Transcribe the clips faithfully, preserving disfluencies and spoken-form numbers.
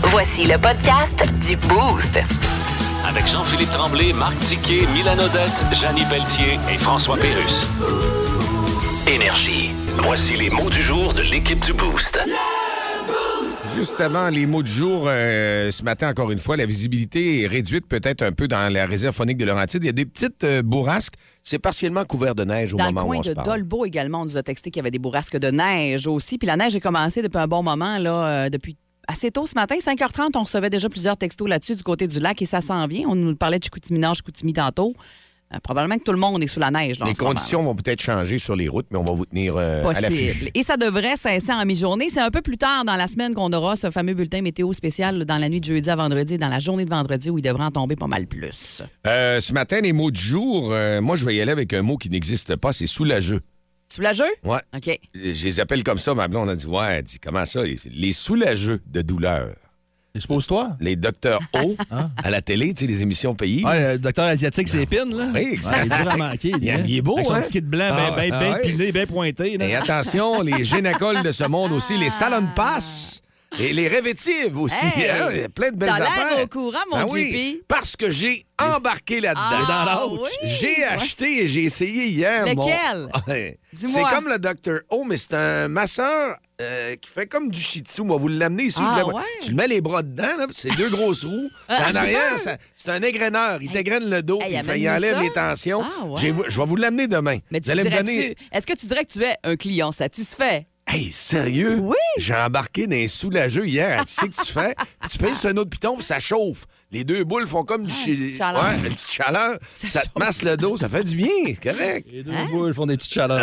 Voici le podcast du Boost. Avec Jean-Philippe Tremblay, Marc Tiquet, Milan Odette, Jannie Pelletier et François Pérusse. Énergie. Voici les mots du jour de l'équipe du Boost. Juste avant les mots du jour, euh, ce matin, encore une fois, la visibilité est réduite peut-être un peu dans la réserve faunique de Laurentides. Il y a des petites euh, bourrasques. C'est partiellement couvert de neige au dans moment où on le se coin parle. de Dolbeau également, on nous a texté qu'il y avait des bourrasques de neige aussi. Puis la neige a commencé depuis un bon moment, là, euh, depuis assez tôt ce matin. cinq heures trente, on recevait déjà plusieurs textos là-dessus du côté du lac et ça s'en vient. On nous parlait de Chicoutimi-Nord, Chicoutimi tantôt. Euh, probablement que tout le monde est sous la neige. Là, Les en ce moment, conditions vont peut-être changer sur les routes, mais on va vous tenir euh, à l'affût. possible. Et ça devrait cesser en mi-journée. C'est un peu plus tard dans la semaine qu'on aura ce fameux bulletin météo spécial là, dans la nuit de jeudi à vendredi et dans la journée de vendredi où il devrait en tomber pas mal plus. Euh, ce matin, les mots du jour, euh, moi, je vais y aller avec un mot qui n'existe pas, c'est soulageux. Soulageux? Ouais. OK. Je les appelle comme ça, ma blonde a dit, ouais, elle dit, comment ça? Les soulageux de douleur. Les suppose-toi? Les docteurs O à la télé, tu sais, les émissions pays. Ouais, le docteur asiatique, c'est épine, là. Oui, exact. Ouais, il est dur à manquer. Il, il est beau, Avec son hein? petit kit blanc, bien Ah, ben, ben ah, ouais. piné, bien pointé. Là. Et attention, les gynécoles de ce monde aussi, les salons de passe et les révétives aussi. Hey! Hein? Il y a plein de belles T'as l'air affaires. au courant, mon Ah J P. oui, parce que j'ai embarqué là-dedans. Ah, dans l'autre. oui? J'ai acheté et j'ai essayé hier. Lequel? Mon... Ouais. Dis-moi. C'est comme le docteur O, mais c'est un masseur euh, qui fait comme du shih tzu. Moi, vous l'amenez ici. Ah, je le... ouais? Tu le mets les bras dedans, là, puis c'est deux grosses roues. Puis en arrière, ça- c'est un égreneur. Il t'égrène le dos, Hey, puis il, fait- amène-nous il enlève ça. les tensions. Ah, ouais. J'ai- Je vais vous l'amener demain. Mais vous tu allez me dirais-tu- donner... Est-ce que tu dirais que tu es un client satisfait? Hey, sérieux? Oui. J'ai embarqué dans les soulageux hier. Elle dit, tu sais que tu fais? Puis tu payes sur un autre piton, puis ça chauffe. Les deux boules font comme du... Ah, une petite chaleur. Ouais, une petite chaleur. Ça, Ça te chauffe. masse le dos, ça fait du bien, c'est correct. Les deux boules font des petites chaleurs.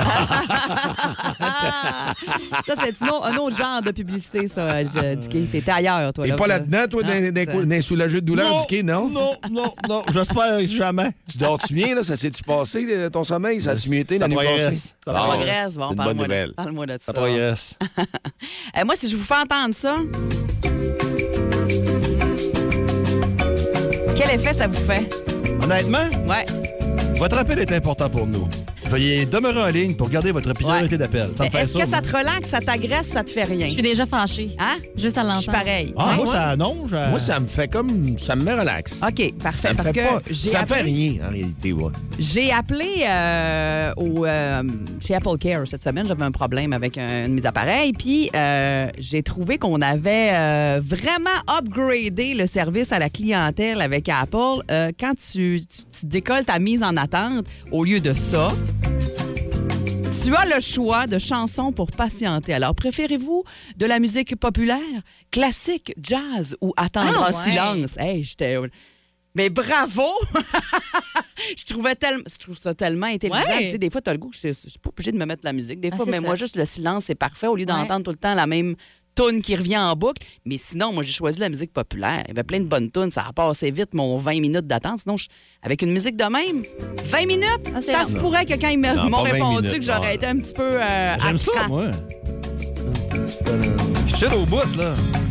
Ah! Ça, c'est un autre, un autre genre de publicité, ça, Dicky. T'étais ailleurs, toi. T'es là, pas ça. là-dedans, toi, dans, Non, dans, ça- dans les soulageux de douleur, non, Dicky, non? non, non, non. J'espère jamais. Tu dors-tu bien, là? Ça s'est-tu passé, euh, ton sommeil? Ça a-tu mieux été Ça la nuit progresse. passée? Ça Ça Ah, progresse. Bon, c'est une bonne parle-moi nouvelle. de, parle-moi de ça. Ça progresse. Euh, moi, si je vous fais entendre ça, quel effet ça vous fait? Honnêtement, Ouais. votre appel est important pour nous. Veuillez demeurer en ligne pour garder votre priorité Ouais. d'appel. Ça me Mais fait est-ce ça. que ça moi. te relaxe, ça t'agresse, ça te fait rien? Je suis déjà fâchée. Hein? Juste à Je l'entendre. suis pareil. Ah, Ouais. moi, ça, non. je- Moi, ça me fait comme... Ça me met relax. OK, parfait. Ça me Parce fait que pas... j'ai Ça me fait appelé, rien, en réalité, ouais. j'ai appelé euh, au, euh, chez Apple Care cette semaine. J'avais un problème avec un, un de mes appareils. Puis, euh, j'ai trouvé qu'on avait euh, vraiment upgradé le service à la clientèle avec Apple. Euh, quand tu, tu, tu décolles ta mise en attente, au lieu de ça, tu as le choix de chansons pour patienter. Alors, préférez-vous de la musique populaire, classique, jazz ou attendre Ah, en ouais. silence? Hey, j'étais... Mais bravo! je trouvais tellement, je trouve ça tellement intelligent. Ouais. Tu sais, des fois, tu as le goût que je ne suis pas obligée de me mettre de la musique. Des Ah, fois, c'est mais ça. moi, juste le silence, c'est parfait au lieu Ouais. d'entendre tout le temps la même toune qui revient en boucle. Mais sinon, moi, j'ai choisi la musique populaire. Il y avait plein de bonnes tounes. Ça a passé vite, mon vingt minutes d'attente. Sinon, je- avec une musique de même, vingt minutes, Ah, c'est ça long. se pourrait que quand ils me- Non, m'ont pas vingt répondu minutes, que j'aurais ouais. été un petit peu euh, à J'aime ça, cran. moi. Je chill au bout, là.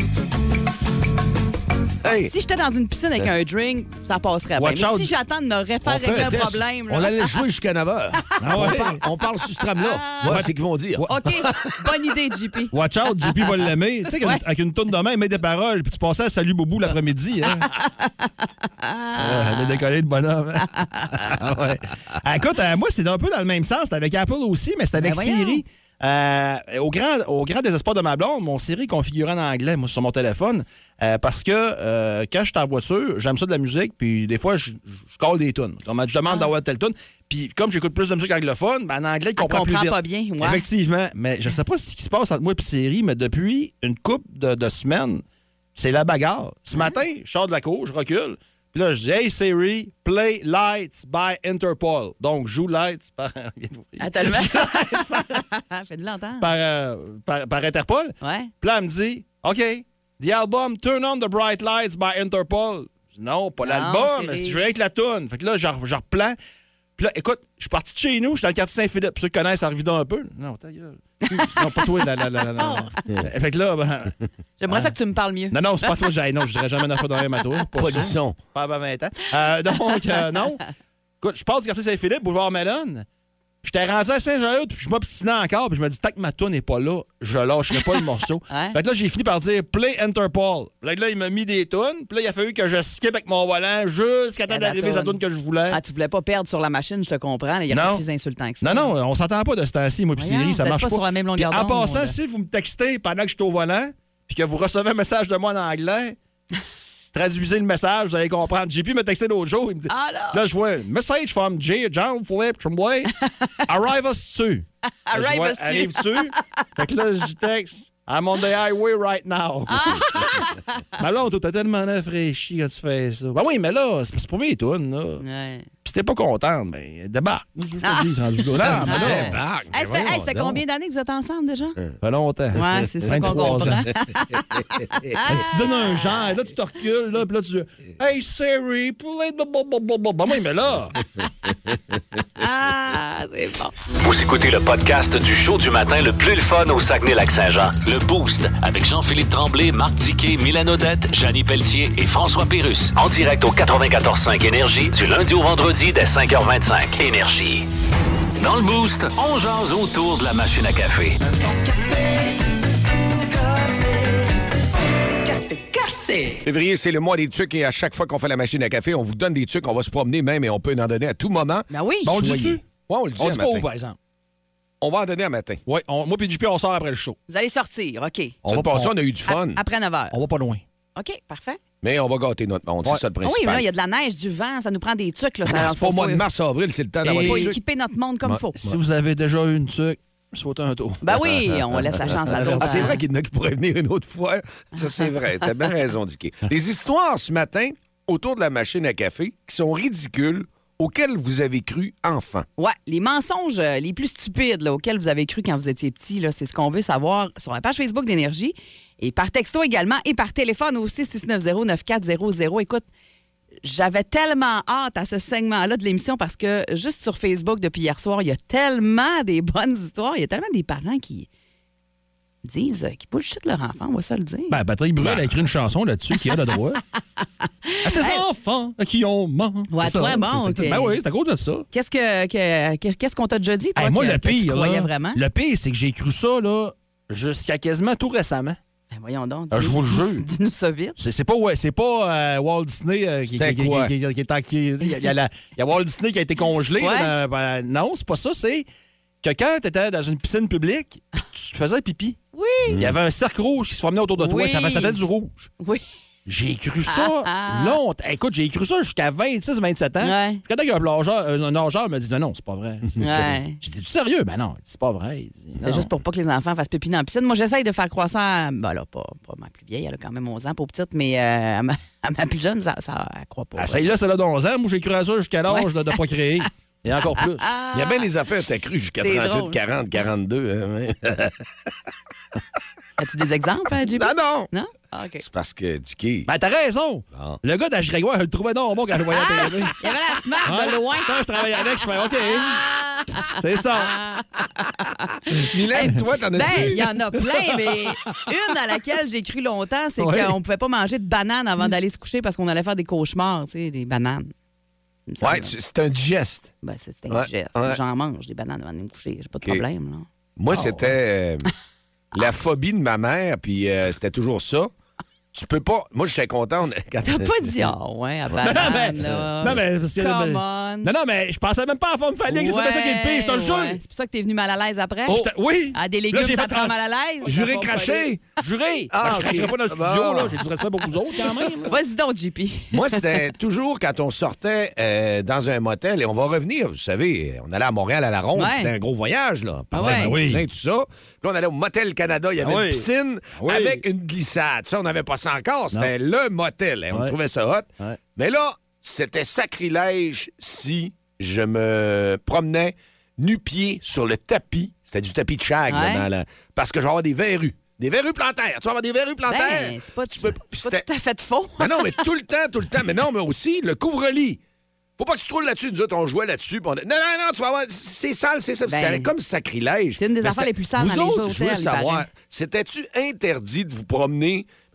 Hey! Si j'étais dans une piscine avec un drink, ça passerait bien. Watch Mais out. si j'attends de me refaire On fait régler un un test. problème... On là- allait jouer jusqu'à neuf heures. Ah ouais? on, parle, on parle sur ce tram-là. Ouais, c'est qu'ils vont dire. OK, bonne idée, J P. Watch out, J P va l'aimer. Tu sais, qu'avec Ouais. avec une tourne de main, met des paroles, puis tu passais à Salut Boubou l'après-midi. Hein? Ouais, elle a décollé le bonhomme. Ah ouais. Ah, écoute, euh, moi, c'est un peu dans le même sens. C'était avec Apple aussi, mais c'était avec Ben voyons. Siri. Euh, au, grand, au grand désespoir de ma blonde, mon Siri est configuré en anglais, moi, sur mon téléphone, euh, parce que euh, quand je suis en voiture, j'aime ça de la musique, puis des fois, je, je, je colle des tunes. Comme je demande d'avoir telle tune, puis comme j'écoute plus de musique anglophone, ben, en anglais, il Elle comprend plus comprend vite. pas bien, ouais. Effectivement, mais je sais pas ce qui se passe entre moi et Siri, mais depuis une couple de, de semaines, c'est la bagarre. Ce matin, je sors de la cour, je recule, puis là, je dis « Hey Siri, play Lights by Interpol ». Donc, joue Lights par... Ah, tellement. Fais de l'entendre. par, euh, par, par Interpol. Ouais. Puis là, elle me dit « OK, the album Turn on the Bright Lights by Interpol ». Je dis, non, pas Non, l'album, Siri. je viens avec la toune. Fait que là, je je replans. Puis là, écoute, je suis parti de chez nous, je suis dans le quartier Saint-Philippe. Ceux qui connaissent Arvida un peu. Non, ta gueule. Non, pas toi. La, la, la, la, la. Fait que là, ben, J'aimerais ça que tu me parles mieux. non, non, c'est pas toi. J'ai, non, je dirais jamais une affaire dans un matos. Pas Pas ça. du son. Pas avant vingt ans. Euh, donc, euh, non. Écoute, je pars du quartier Saint-Philippe, boulevard Mellon. J'étais rendu à Saint-Jean-Eudes, puis je m'obstinais encore, puis je me dis, tant que ma toune n'est pas là, je lâcherai pas le morceau. Ouais. Fait que là, j'ai fini par dire Play Interpol. Là, là, il m'a mis des tunes, puis là, il a fallu que je skip avec mon volant jusqu'à temps Et la d'arriver à la toune. toune que je voulais. Ah, tu voulais pas perdre sur la machine, je te comprends. Il y a rien Non. de plus insultant que ça. Non, non, on s'entend pas de ce temps-ci, moi, puis Voyons, Siri, ça vous êtes marche pas pas. sur la même longueur Puis en d'onde. passant, si vous me textez pendant que je suis au volant, puis que vous recevez un message de moi en anglais, traduisez le message, vous allez comprendre. J P m'a texté l'autre jour, il me dit, Ah, là. là, je vois, message from J. John Philippe Tremblay, arrive us tu. Arrive us tu. Arrive-tu? Fait que là, je texte, I'm on the highway right now. Mais là, on t'a tellement rafraîchi quand tu fais ça. Ben oui, mais là, c'est c'est pour mes tunes, là. Ouais. Puis si t'es pas contente, ben débarque. Je te dis, c'est rendu là. Non, mais non. Ouais. Débarque, mais Hey, ça fait, hey, voyons ça fait donc. combien d'années que vous êtes ensemble déjà? Ça fait longtemps. Ouais, c'est ça qu'on vingt-trois comprend. ans. Là, tu donnes un genre, là, tu te recules, là, puis là, tu Hey, Siri, play the blablabla. Ben oui, mais là. Ah, c'est bon. Vous écoutez le podcast du show du matin le plus le fun au Saguenay-Lac-Saint-Jean. Le Boost avec Jean-Philippe Tremblay, Marc Diquet, Milan Odette, Janine Pelletier et François Pérusse. En direct au quatre-vingt-quatorze cinq Énergie du lundi au vendredi dès cinq heures vingt-cinq. Énergie. Dans le Boost, on jase autour de la machine à café. Février, c'est le mois des trucs et à chaque fois qu'on fait la machine à café, on vous donne des trucs, on va se promener même et on peut en donner à tout moment. Ben oui. Bon, on le Soyez- dit-tu? Ouais, on le dit On à dit pas matin. où, par exemple? On va en donner à matin. Oui, moi puis J P, on sort après le show. Vous allez sortir, OK. On va passer, on a eu du fun, A- Après neuf heures. On va pas loin. OK, parfait. mais on va gâter notre monde. Ouais. C'est ça le Ah oui, principal. mais là, il y a de la neige, du vent, ça nous prend des trucs. Là, ça, Non, c'est pas faut- au mois de faut- mars, avril, c'est le temps d'avoir Et- des faut trucs. équiper notre monde comme il faut. Si vous avez déjà eu une tuque, sautez un tour. Ben oui, on laisse la chance à d'autres. Ah, c'est vrai qu'il y en a qui pourraient venir une autre fois. Ça, c'est vrai. T'as bien raison, Dicky. Les histoires ce matin autour de la machine à café qui sont ridicules, auxquelles vous avez cru enfant. Ouais, les mensonges euh, les plus stupides là, auxquels vous avez cru quand vous étiez petit, là, c'est ce qu'on veut savoir sur la page Facebook d'Énergie et par texto également et par téléphone au six six neuf zéro neuf quatre zéro zéro. Écoute, j'avais tellement hâte à ce segment-là de l'émission parce que juste sur Facebook depuis hier soir, il y a tellement des bonnes histoires, il y a tellement des parents qui disent, euh, qui bullshit leur enfant, on va se le dire. Ben, Patrick Bruel a écrit une chanson là-dessus qui a le droit. À ces enfants qui ont ment. Ouais, C'est toi, ça. bon, C'est- ok. Ben oui, c'est à cause de ça. Qu'est-ce que, que- que- qu'est-ce qu'on t'a déjà dit, toi, Hey, moi, que, le que tu pire, croyais là, vraiment? le pire, c'est que j'ai cru ça là, jusqu'à quasiment tout récemment. Ben voyons donc. Ah, je vous le dis-nous- jure. Dis-nous ça vite. C'est c'est pas, ouais, c'est pas euh, Walt Disney euh, qui, C'était qui, qui, quoi? qui, qui, qui est en- qui- il y a- il y a la- il y a Walt Disney qui a été congelé. Ouais. là, dans- ben, non, c'est pas ça. C'est que quand tu étais dans une piscine publique, puis tu faisais pipi, Oui. il y avait un cercle rouge qui se promenait autour de toi. Oui. Ça faisait du rouge. Oui. J'ai cru ça Ah, ah. longtemps. Écoute, j'ai cru ça jusqu'à vingt-six vingt-sept ans. Ouais. Jusqu'à temps qu'un nageur, un nageur me dise non, c'est pas vrai. Ouais. J'étais sérieux? Ben non, c'est pas vrai. Il dit, C'est non. juste pour pas que les enfants fassent pipi dans la piscine. Moi, j'essaye de faire croire ça à... Ben là, pas, pas ma plus vieille, elle a quand même onze ans, pour petite, mais euh, à, ma, à ma plus jeune, ça, ça elle croit pas. Ah, celle-là, c'est là d'onze ans. Moi, j'ai cru à ça jusqu'à l'âge de, de pas créer. Et encore plus. Il y a bien des affaires, t'as cru jusqu'à C'est trente-huit, drôle. quarante, quarante-deux. hein, mais- As-tu des exemples, hein, J P? Non, non! Non? Ah, OK. C'est parce que, Dicky... Ben, t'as raison. Bon. Le gars d'Age Grégoire, je le trouvais non bon quand je le voyais à la télé. Il y avait la smart de loin. Quand je travaillais avec, je fais OK. C'est ça. Mylène, toi, t'en Ben, as-tu? il y en a plein, mais une à laquelle j'ai cru longtemps, c'est Ouais. qu'on pouvait pas manger de bananes avant d'aller se coucher parce qu'on allait faire des cauchemars, tu sais, des bananes. Il me semble. Ouais, tu- c'est un digeste. Ben, c'est c'est Ouais, indigeste. ouais. J'en mange des bananes avant de me coucher. J'ai pas de OK. problème, là. Moi, Ah, c'était euh, la phobie de ma mère, puis euh, c'était toujours ça. Tu peux pas... Moi, j'étais content quand... T'as pas dit ah ouais, à Non, mais, banane, là. non, mais, parce que- Come mais- on. non, non, mais je pensais même pas à forme phallique. C'est pas ça qui est le pire, je te le jure. Ouais. C'est pour ça que t'es venu mal à l'aise après? Oh, j'étais- oui. Ah, des Là, légumes, j'ai ça fait te rend trans- mal à l'aise? Juré craché! Juré. Ah, Ben, je ok. cracherais pas dans le Bon. studio, là. J'ai du respect pour vous autres, quand même. là. Vas-y donc, J P. Moi, c'était toujours quand on sortait euh, dans un motel, et on va revenir, vous savez, on allait à Montréal à la ronde, Ouais. c'était un gros voyage, là. Ah Parlait de ouais. mes cousins, tout ça. Puis là, on allait au Motel Canada, il y avait Ah une oui. piscine Ah oui. avec une glissade. Ça, on n'avait pas ça encore, c'était le motel. hein. On Ouais. trouvait ça hot. Ouais. Mais là, c'était sacrilège si je me promenais nu-pied sur le tapis. C'était du tapis de shag, là, Ouais. dans la- parce que je vais avoir des verrues. Des verrues plantaires. Tu vas avoir des verrues plantaires. Ben, c'est pas, Tu peux- c'est pas c'était- tout à fait faux. Mais non, mais tout le temps, tout le temps. Mais non, mais aussi, le couvre-lit. Faut pas que tu te roules là-dessus. Nous autres, on jouait là-dessus. puis on- Non, non, non, tu vas avoir. C'est sale, c'est ça. Ben, C'était comme sacrilège. c'est une des Mais affaires c'était- les plus sales vous dans les autres, hôtels, je veux il savoir, paraît. c'était-tu interdit de vous promener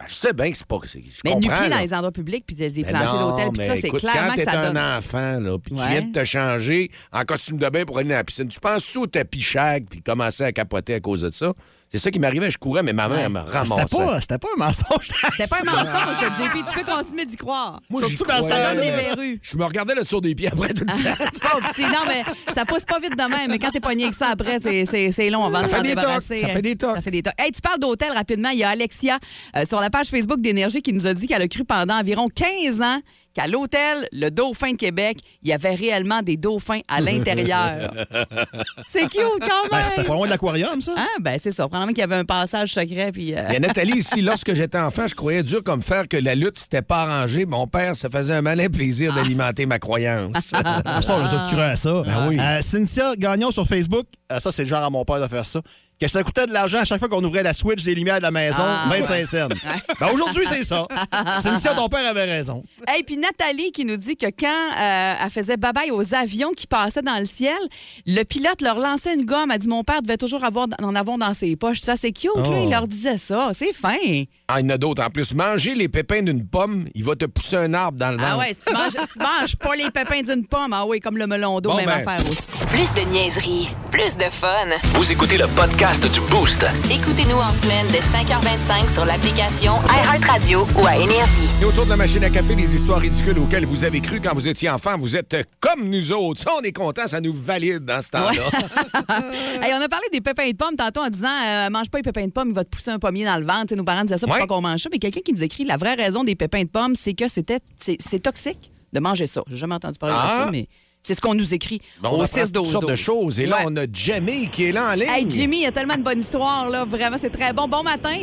Je sais bien que c'est pas... Je mais comprends, nu-pieds dans là. les endroits publics puis des, des Mais planchers non, d'hôtel, puis mais ça, c'est écoute, clairement quand que t'es ça un donne. enfant, là, puis tu Ouais. viens de te changer en costume de bain pour aller dans la piscine, tu penses au tapis shag puis commencer à capoter à cause de ça. C'est ça qui m'arrivait, je courais, mais ma mère, Ouais. elle me ramassait. C'était pas, c'était pas un mensonge. C'était pas un mensonge, J P. Tu peux continuer d'y croire. Moi, Surtout j'y quand ça croyais, donne des mais verrues. Je me regardais le dessous des pieds après tout le temps. Oh, c'est- non, mais ça pousse pas vite de même. Mais quand t'es pogné avec ça après, c'est, c'est, c'est long avant Ça de fait s'en des débarrasser. tocs, ça fait des tocs. Ça fait des tocs. Hey, tu parles d'hôtel rapidement. Il y a Alexia euh, sur la page Facebook d'Énergie qui nous a dit qu'elle a cru pendant environ quinze ans qu'à l'hôtel Le Dauphin de Québec, il y avait réellement des dauphins à l'intérieur. C'est cute quand Ben, même. c'était pas loin de l'aquarium, ça. Ah, ben c'est ça. Probablement qu'il y avait un passage secret. Puis, euh, Il y a Nathalie ici. Lorsque j'étais enfant, je croyais dur comme fer que la lutte, c'était pas arrangé. Mon père se faisait un malin plaisir d'alimenter ma croyance. Ça, on a tout cru à ça. Ben oui. Euh, Cynthia Gagnon sur Facebook, euh, ça, c'est le genre à mon père de faire ça. Que ça coûtait de l'argent à chaque fois qu'on ouvrait la switch des lumières de la maison, Ah, vingt-cinq cents. Ben, aujourd'hui, c'est ça. Cynthia, ton père avait raison. Et puis Nathalie qui nous dit que quand euh, elle faisait bye-bye aux avions qui passaient dans le ciel, le pilote leur lançait une gomme. Elle dit mon père devait toujours avoir, en avoir dans ses poches. Ça, c'est cute. Oh. Là, il leur disait ça. C'est fin. Ah, il y en a d'autres. En plus, manger les pépins d'une pomme, il va te pousser un arbre dans le ventre. Ah ouais, si tu manges, si tu manges pas les pépins d'une pomme, ah oui, comme le melon d'eau, Bon, même ben. affaire aussi. Plus de niaiserie, plus de fun. Vous écoutez le podcast du Boost. Écoutez-nous en semaine de cinq heures vingt-cinq sur l'application iHeartRadio ou à Énergie. Et autour de la machine à café, des histoires ridicules auxquelles vous avez cru quand vous étiez enfant. Vous êtes comme nous autres. Ça, on est content, ça nous valide dans ce temps-là. Hey, on a parlé des pépins de pommes tantôt en disant euh, mange pas les pépins de pommes, il va te pousser un pommier dans le ventre. T'sais, nos parents disaient ça pour Ouais. pas qu'on mange ça. Mais quelqu'un qui nous écrit la vraie raison des pépins de pommes, c'est que c'était c'est, c'est toxique de manger ça. J'ai jamais entendu parler Ah. de ça, mais c'est ce qu'on nous écrit Bon, on au apprend six douze toutes sortes de choses. Et là, Ouais. on a Jamie qui est là en ligne. Hey, Jimmy, il y a tellement de bonnes histoires, là. Vraiment, c'est très bon. Bon matin.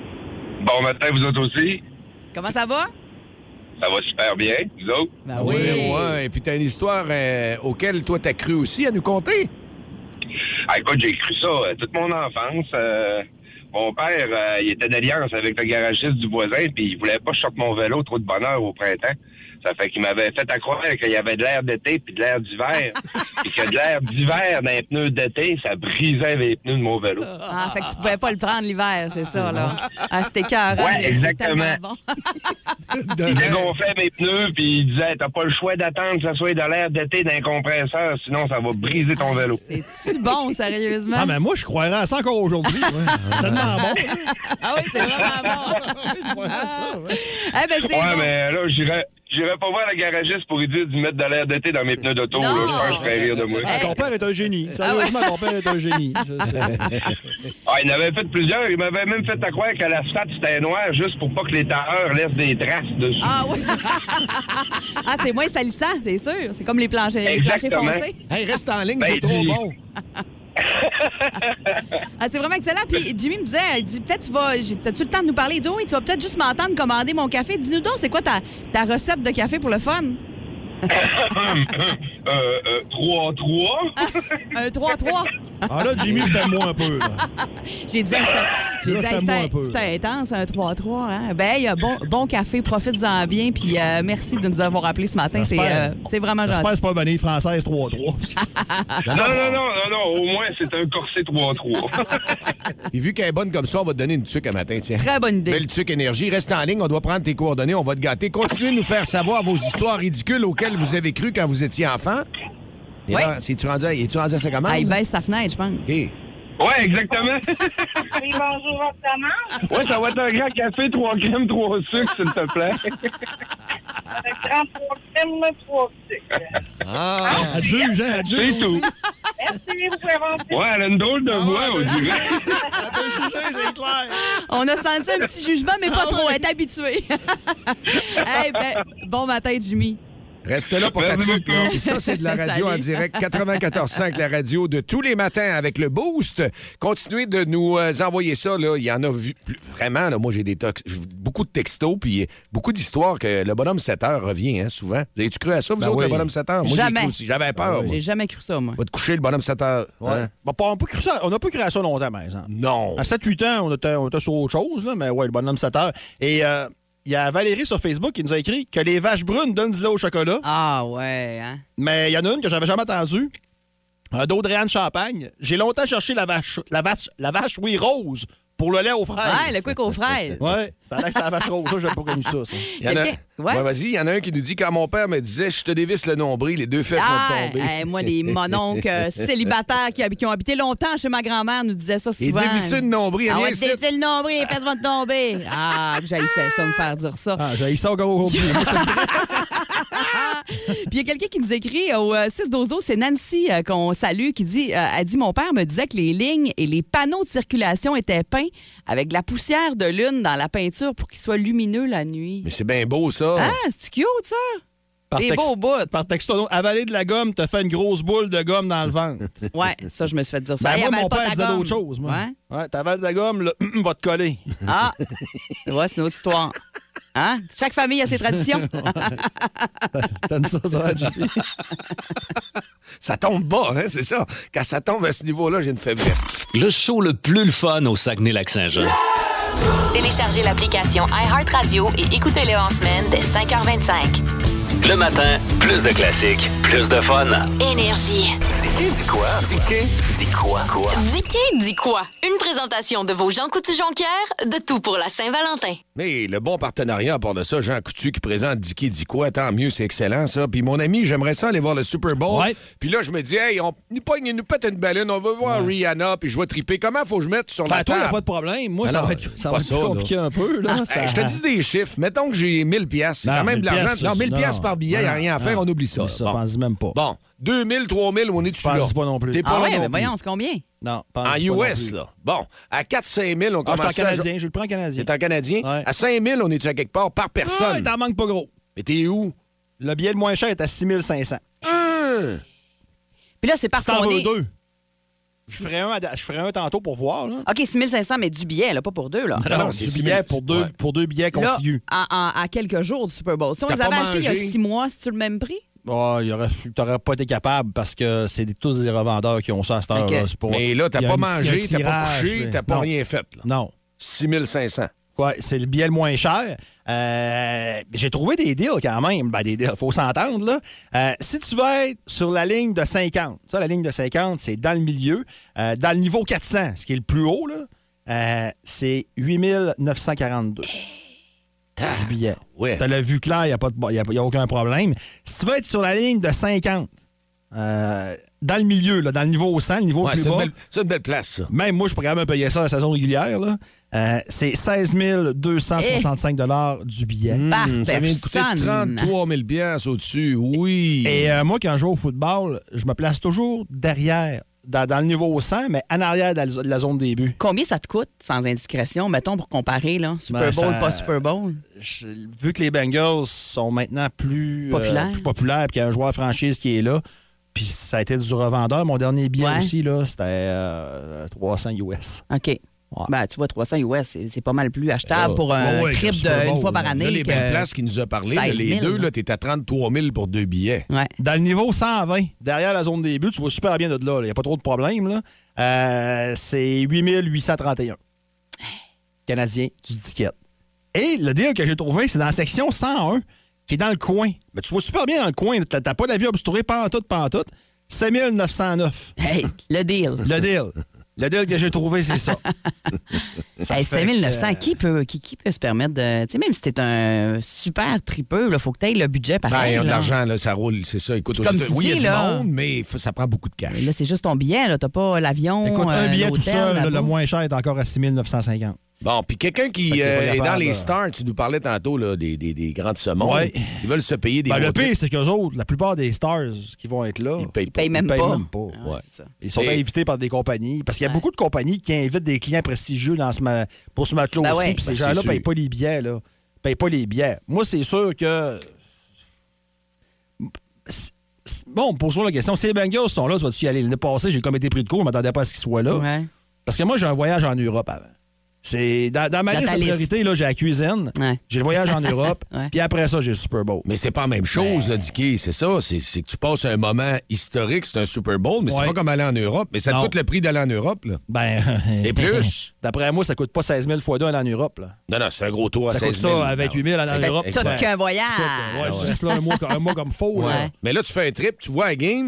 Bon matin, vous autres aussi. Comment ça va? Ça va super bien, vous autres? Ben Ah oui, ouais. Et puis, t'as une histoire euh, auquel toi, t'as cru aussi à nous conter. Ah, écoute, j'ai cru ça euh, toute mon enfance. Euh, mon père, euh, il était d'alliance avec le garagiste du voisin, puis il voulait pas que je sorte mon vélo trop de bonheur au printemps. Ça fait qu'il m'avait fait à croire qu'il y avait de l'air d'été puis de l'air d'hiver. Puis que de l'air d'hiver dans les pneus d'été, ça brisait les pneus de mon vélo. Ah, fait que tu pouvais pas le prendre l'hiver, c'est ça, là. Ah, c'était écœurant. Ouais, mais c'est exactement. tellement bon. Il dégonflait mes pneus, puis il disait, t'as pas le choix d'attendre que ça soit de l'air d'été dans un compresseur, sinon ça va briser ton vélo. C'est-tu bon, sérieusement? Ah, mais moi, je croirais à ça encore aujourd'hui. Ouais. Tellement bon. Ah oui, c'est vraiment bon. Je croirais à ça, ouais. Eh ben, c'est Ouais, bon. mais là, j'irais... J'irais pas voir le garagiste pour lui dire de mettre de l'air d'été dans mes pneus d'auto. Là. Non. Je pense que je ferais rire de moi. Ah, ton père est un génie. Sérieusement, ton père est un génie. Je sais. Ah, il en avait fait plusieurs. Il m'avait même fait à croire que l'asphalte, c'était noir juste pour pas que les tailleurs laissent des traces dessus. Ah oui. Ah, c'est moins salissant, c'est sûr. C'est comme les planchers, les planchers Exactement. foncés. Hey, reste en ligne, Ben, c'est trop dis- bon. Ah, c'est vraiment excellent. Puis Jimmy me disait, il dit peut-être tu vas. j'ai- As-tu le temps de nous parler? Il dit oui, tu vas peut-être juste m'entendre commander mon café. Dis-nous donc, c'est quoi ta, ta recette de café pour le fun? euh, euh, trois trois. Un trois trois. Ah là, Jimmy, je t'aime moins un peu. Là. J'ai dit, hey, c'était- j'ai dit, Là, hey, fais-moi un c'était peu. c'était intense, un trois trois. Hein? Ben, il y a bon, bon café, profite-en bien. Puis euh, merci de nous avoir appelés ce matin. C'est J'espère. euh, c'est vraiment J'espère que gentil. c'est pas vanille française trois trois. Non, non, non, non, non, au moins, c'est un corset trois trois. Et vu qu'elle est bonne comme ça, on va te donner une tuque un matin, tiens. Très bonne idée. Belle tuque énergie. Reste en ligne, on doit prendre tes coordonnées, on va te gâter. Continuez de nous faire savoir vos histoires ridicules auxquelles vous avez cru quand vous étiez enfant. Et Oui. là, c'est-tu rendu à, es-tu rendu à sa commande? Ah, il baisse sa fenêtre, je pense. OK. Ouais, exactement. Oui, bonjour, votre commande. Ouais, ça va être un grand café, trois crèmes, trois sucres, s'il te plaît. Avec trente-trois crèmes, trois sucres. Ah! Elle juge, hein? Elle C'est juge tout. aussi. Merci, vous pouvez avancer. Ouais, elle a une drôle de voix, on dirait. Elle t'a jugé, c'est clair. On a senti un petit jugement, mais pas trop. Elle est habituée. Hey, ben, bon matin, Jimmy. Reste là pour ta Merci tuque. beaucoup. là. Puis ça, c'est de la radio Salut. en direct quatre-vingt-quatorze cinq, la radio de tous les matins avec le Boost. Continuez de nous euh, envoyer ça. Là. Il y en a vu plus- vraiment. Là, moi, j'ai des tox- beaucoup de textos puis beaucoup d'histoires que le bonhomme sept heures revient hein, souvent. Vous avez-tu cru à ça, vous Ben autres, oui. le bonhomme sept heures? Moi, j'ai Jamais. cru aussi. J'avais peur. moi. J'ai jamais cru ça, moi. Va te coucher, le bonhomme sept heures. Ouais. Hein? Bon, on n'a pas cru ça- on n'a pas cru à ça longtemps, par exemple. Non. À sept huit ans, on était, on était sur autre chose, là, mais ouais, le bonhomme sept heures. Et euh, il y a Valérie sur Facebook qui nous a écrit que les vaches brunes donnent du lait au chocolat, Ah, ouais, hein? mais il y en a une que j'avais jamais entendue. Un d'Audrey-Anne Champagne. J'ai longtemps cherché la vache, la vache, la vache, oui, rose, Pour le lait aux fraises. Ouais, le quick aux fraises. Ouais, ça a l'air que c'est la vache rose. Ça, j'ai pas connu ça, ça. Il y en a... Quelqu'un- Ouais. Ouais, vas-y, il y en a un qui nous dit quand mon père me disait je te dévisse le nombril, les deux fesses Ah, vont tomber. hey, moi, les mononcles euh, célibataires qui, hab- qui ont habité longtemps chez ma grand-mère nous disaient ça Et souvent. dévisser le nombril, Ah rien ouais, ici. dévisser le nombril, les fesses vont te tomber. Ah, que j'haïssais ça, me faire dire ça. Ah, j'ai ça encore au oublié. Puis il y a quelqu'un qui nous écrit au euh, six douze, c'est Nancy euh, qu'on salue, qui dit, euh, elle dit, mon père me disait que les lignes et les panneaux de circulation étaient peints avec de la poussière de lune dans la peinture pour qu'ils soient lumineux la nuit. Mais c'est bien beau, ça. Ah, c'est cute, ça? Par Des texte- beaux bouts. Par texto, avaler de la gomme, t'as fait une grosse boule de gomme dans le ventre. Ouais, ça, je me suis fait dire ça. Ben, Hey, moi, avale mon pas père ta disait gomme. d'autres choses. Moi. Ouais. Ouais, t'avales de la gomme, là, va te coller. Ah, ouais, c'est une autre histoire. Hein? Chaque famille a ses traditions. T'aimes ça, ça va, J P? Ça tombe bas, hein, c'est ça. Quand ça tombe à ce niveau-là, j'ai une faiblesse. Le show le plus le fun au Saguenay-Lac-Saint-Jean. Téléchargez l'application iHeartRadio et écoutez-le en semaine dès cinq heures vingt-cinq. Le matin, plus de classiques, plus de fun. Énergie. Dis dis quoi? Dis dis quoi? Quoi? Dicky dit quoi? Une présentation de vos Jean Coutu-Jonquière, de tout pour la Saint-Valentin. Mais le bon partenariat à part de ça, Jean Coutu qui présente Dicky dit quoi, tant mieux, c'est excellent ça. Puis mon ami, j'aimerais ça aller voir le Super Bowl. Ouais. Puis là, je me dis, hey, on nous pogne, il nous pète une ballonne, on va voir Rihanna, puis je vais triper. Comment faut que je mette sur Ben, la toi, table? y'a pas de problème. Moi, Ben ça non, va être, ça pas va être ça, plus là. compliqué un peu. Là. Ça- Hey, je te dis des chiffres. Mettons que j'ai mille piastres. C'est Non, quand même de mille l'argent. piastres, Non, ça, mille non. piastres par billet, il n'y a Non, rien à faire, non. on oublie ça. Ça, Bon. pense même pas. Bon, deux mille, trois mille, on est-tu là? Pense pas non plus. T'es pas Ah là ouais, non mais plus. voyons, c'est combien? Non, pense En pas U non S, plus. là. Bon, à quatre cinq mille, on Ah, je commence suis en à... canadien, je le prends en canadien. C'est en canadien? Ouais. À cinq mille, on est à quelque part par Ah, personne. il t'en manque pas gros. Mais t'es où? Le billet le moins cher est à six mille cinq cents. Hum. Puis là, c'est parce Si t'en qu'on veux est... deux. Je ferais un, à- je ferais un tantôt pour voir. Là. OK, six mille cinq cents, mais du billet, là, pas pour deux, là. Non, non, Non, c'est du six billet mille. pour deux, Ouais. pour deux billets Là, contigus. à, à- à quelques jours du Super Bowl. Si on T'as les avait pas achetés il y mangé? a six mois, c'est-tu le même prix? Oh, il aurait, t'aurais pas été capable parce que c'est des- tous des revendeurs qui ont ça à cette heure-là. Ok. C'est pour- Mais là, t'as il y a pas un petit- mangé, un t'as pas tirage, couché, mais- t'as pas non. rien fait. Là. Non. six mille cinq cents. Ouais, c'est le billet le moins cher. Euh, j'ai trouvé des deals quand même. Ben, des deals, faut s'entendre, là. Euh, si tu veux être sur la ligne de cinquante, ça, la ligne de cinquante, c'est dans le milieu. Euh, dans le niveau quatre cents, ce qui est le plus haut, là, euh, c'est huit mille neuf cent quarante-deux. Du billet. Ouais. T'as la vue claire, il n'y a, pas de- y a, y a aucun problème. Si tu veux être sur la ligne de cinquante, euh, dans le milieu, là, dans le niveau cent, le niveau Ouais, le plus c'est, une bas, belle, c'est une belle place, ça. même moi, je pourrais même payer ça à la saison régulière. Là. Euh, c'est seize mille deux cent soixante-cinq dollars du billet. Par Hum, ça vient de coûter personne. trente-trois mille piastres au-dessus. Oui. Et euh, moi, quand je joue au football, je me place toujours derrière, dans, dans le niveau cent, mais en arrière de la, de la zone de début. Combien ça te coûte, sans indiscrétion, mettons, pour comparer, là? Super Ben, Bowl, ça- pas Super Bowl? Je- vu que les Bengals sont maintenant plus euh, Populaires. plus populaires, puis qu'il y a un joueur franchise qui est là, puis ça a été du revendeur. Mon dernier billet Ouais. aussi, là, c'était euh, trois cents U S. OK. Ben, tu vois, trois cents U S, c'est, c'est pas mal plus achetable Ah, pour un ouais, ouais, trip le Super de une Bowl, fois par là. année. Là, les que- belles places qu'il nous a parlé, là, seize les mille, deux, là. là, t'es à trente-trois mille pour deux billets. Ouais. Dans le niveau cent vingt, derrière la zone des buts, tu vois super bien de là. Il n'y a pas trop de problème. Là. Euh, c'est huit mille huit cent trente et un. Canadien du ticket. Et le deal que j'ai trouvé, c'est dans la section cent un, qui est dans le coin. Mais tu vois super bien dans le coin. Tu n'as pas la vue obsturée, pantoute, pantoute. sept mille neuf cent neuf. Hey, le deal. Le deal. Le deal que j'ai trouvé, c'est ça. Hey, fait cinq mille neuf que, cents, euh, qui peut, qui, qui peut se permettre de. Tu sais, même si t'es un super tripeux, il faut que tu aies le budget Ben, pareil. ils ont de là. l'argent, là, ça roule, c'est ça. Écoute, Puis aux comme États- tu oui, il y a dis, du là- monde, mais faut- ça prend beaucoup de cash. Là, c'est juste ton billet, là. T'as pas l'avion. Écoute, un euh, billet tout l'hôtel, seul, la là, le bouffe. moins cher est encore à six mille neuf cent cinquante. Bon, puis quelqu'un qui Fait qu'il est pas euh, est dans capable, les là. stars, tu nous parlais tantôt là, des, des, des grands de ce monde, Ouais. ils veulent se payer des Ben, gros le pire, trips. c'est qu'eux autres, la plupart des stars qui vont être là, Ils payent Ils pas. payent même ils payent pas. même pas. Ah ouais, Ouais. c'est ça. Ils sont Et- invités par des compagnies. Parce qu'il y a Ouais. beaucoup de compagnies qui invitent des clients prestigieux dans ce ma- pour ce match-là Ben aussi. ouais. Puis ces Ben, gens-là c'est ne payent sûr. pas les billets. Là. Payent pas les billets. Moi, c'est sûr que. c'est- c'est- Bon, pose-moi la question. Si les Bengals sont là, tu vas-tu y aller? L'année passée, j'ai comme été pris de court, je ne m'attendais pas à ce qu'ils soient là. Ouais. Parce que moi, j'ai un voyage en Europe avant. C'est dans, dans ma Dans liste ta de liste. priorités, là, j'ai la cuisine, Ouais. j'ai le voyage en Europe, Ouais. puis après ça, j'ai le Super Bowl. Mais c'est pas la même chose, là, Dicky, c'est ça. C'est, c'est que tu passes un moment historique, c'est un Super Bowl, mais c'est Ouais. pas comme aller en Europe. Mais ça te Non. coûte le prix d'aller en Europe, là. Ben, Et plus. D'après moi, ça coûte pas seize mille fois deux aller en Europe. Là. Non, non, c'est un gros tour à Ça coûte seize mille. ça à vingt-huit mille aller en Fait Europe. tout exact. qu'un voyage. Ouais, tu restes là un mois, un mois comme faux. Ouais. Là. Mais là, tu fais un trip, tu vois la game,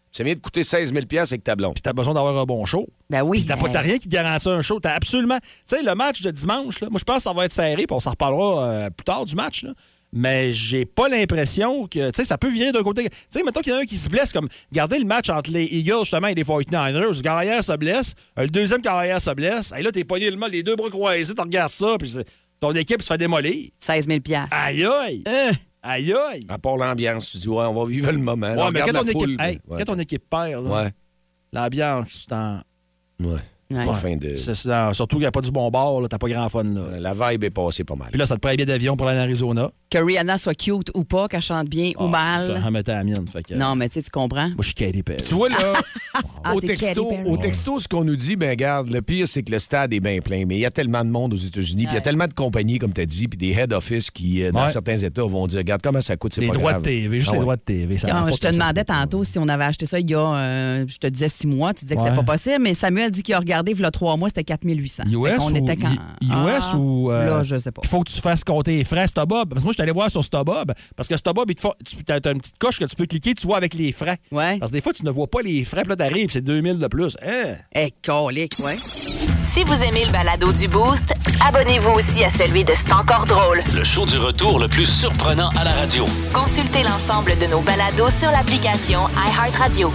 Ça vient de coûter seize mille dollars avec ta blonde. Puis t'as besoin d'avoir un bon show. Ben oui. Puis t'as pas t'as rien qui te garantit un show. T'as absolument... Tu sais, le match de dimanche, là, moi, je pense que ça va être serré, puis on s'en reparlera euh, plus tard du match, là. Mais j'ai pas l'impression que... Tu sais, ça peut virer d'un côté... Tu sais, mettons qu'il y en a un qui se blesse, comme... Regardez le match entre les Eagles, justement, et les forty-niners. Le carrière se blesse. euh, Le deuxième carrière se blesse. Et là, t'es pogné le mal, les deux bras croisés, tu regardes ça, puis c'est- ton équipe se fait démolir. seize mille dollars. Aïe, aïe! Euh. Aïe, aïe! À part l'ambiance, tu dis, ouais, on va vivre le moment. Là, Ouais, on mais regarde quand ton, la foule, équipe, hey, puis- ouais. quand ton équipe perd, là, Ouais, l'ambiance, c'est en... ouais. Ouais. Pas fin de... c'est- c'est en- surtout qu'il n'y a pas du bon bord, là, t'as pas grand fun. Là. La vibe est passée pas mal. Puis là, ça te prend un billet d'avion pour aller en Arizona. Que Rihanna soit cute ou pas, qu'elle chante bien ou Ah, mal. Ça mettait à la mienne. Fait que, Non, mais tu sais, tu comprends. moi, je suis Katy Perry. Tu vois, là, Ah, au, t'es texto, Katy Perry. au texto, ce qu'on nous dit, ben regarde, le pire, c'est que le stade est bien plein. Mais il y a tellement de monde aux États-Unis, puis il y a Ouais. tellement de compagnies, comme tu as dit, puis des head office qui, euh, dans Ouais. certains États, vont dire, regarde comment ça coûte, c'est Les pas droits grave. de T V, juste Ah les ouais. droits de T V. Ça Ah, rapporte je te comme ça, demandais c'est pas tantôt si on avait acheté ça il y a, euh, je te disais six mois. Tu disais que Ouais. c'était pas possible, mais Samuel dit qu'il a regardé il y a trois mois, c'était quatre mille huit cents. U S on ou, était quand... I- U S Ah, ou... euh, Là, je sais pas. Il faut que tu fasses compter les frais StubHub. Parce que moi, je suis allé voir sur StubHub. Parce que StubHub, ils te font- tu as une petite coche que tu peux cliquer, tu vois avec les frais. Ouais. Parce que des fois, tu ne vois pas les frais, puis là, t'arrives, c'est deux mille de plus. Hein? Eh, colique, ouais. Si vous aimez le balado du Boost, abonnez-vous aussi à celui de C'est encore drôle. Le show du retour le plus surprenant à la radio. Consultez l'ensemble de nos balados sur l'application iHeartRadio.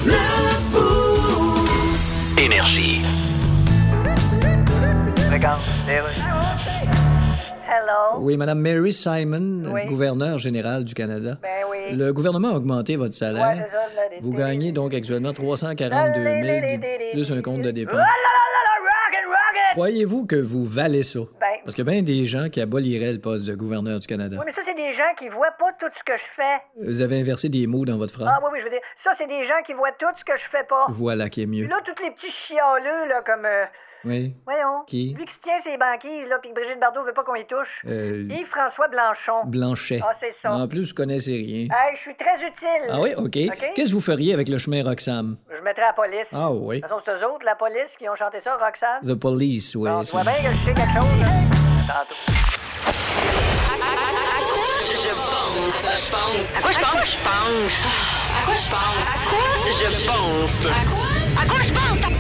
Énergie. Hello? Oui, Madame Mary Simon, Oui. gouverneure générale du Canada. Ben oui. Le gouvernement a augmenté votre Ouais, salaire. c'est ça, là, des- Vous gagnez donc actuellement trois cent quarante-deux mille, plus un compte de Ah dépenses. là là là là, rocket, rocket! Croyez-vous que vous valez ça? Ben, Parce qu'il y a bien des gens qui aboliraient le poste de gouverneur du Canada. oui, mais ça, c'est des gens qui voient pas tout ce que je fais. Vous avez inversé des mots dans votre phrase. Ah oui, oui, je veux dire, ça, c'est des gens qui voient tout ce que je fais pas. Voilà qui est Puis mieux. là, tous les petits chialeux, là, comme, euh, Oui. voyons, Qui? lui qui se tient ses banquises, là, puis que Brigitte Bardot veut pas qu'on y touche. Euh, Yves-François Blanchon. Blanchet. Ah, c'est ça. En plus, vous connaissez rien. Hey, je suis très utile. Ah oui, OK. OK? Qu'est-ce que vous feriez avec le chemin Roxham? Je mettrai la police. Ah oui. De toute façon, c'est eux autres, la police, qui ont chanté ça, Roxane. The Police, oui. Non, tu vois ça. bien que je sais quelque chose, là. Tantôt. Je pense. À quoi je pense? Je pense. À quoi je pense? À quoi je pense? À quoi? À quoi je pense?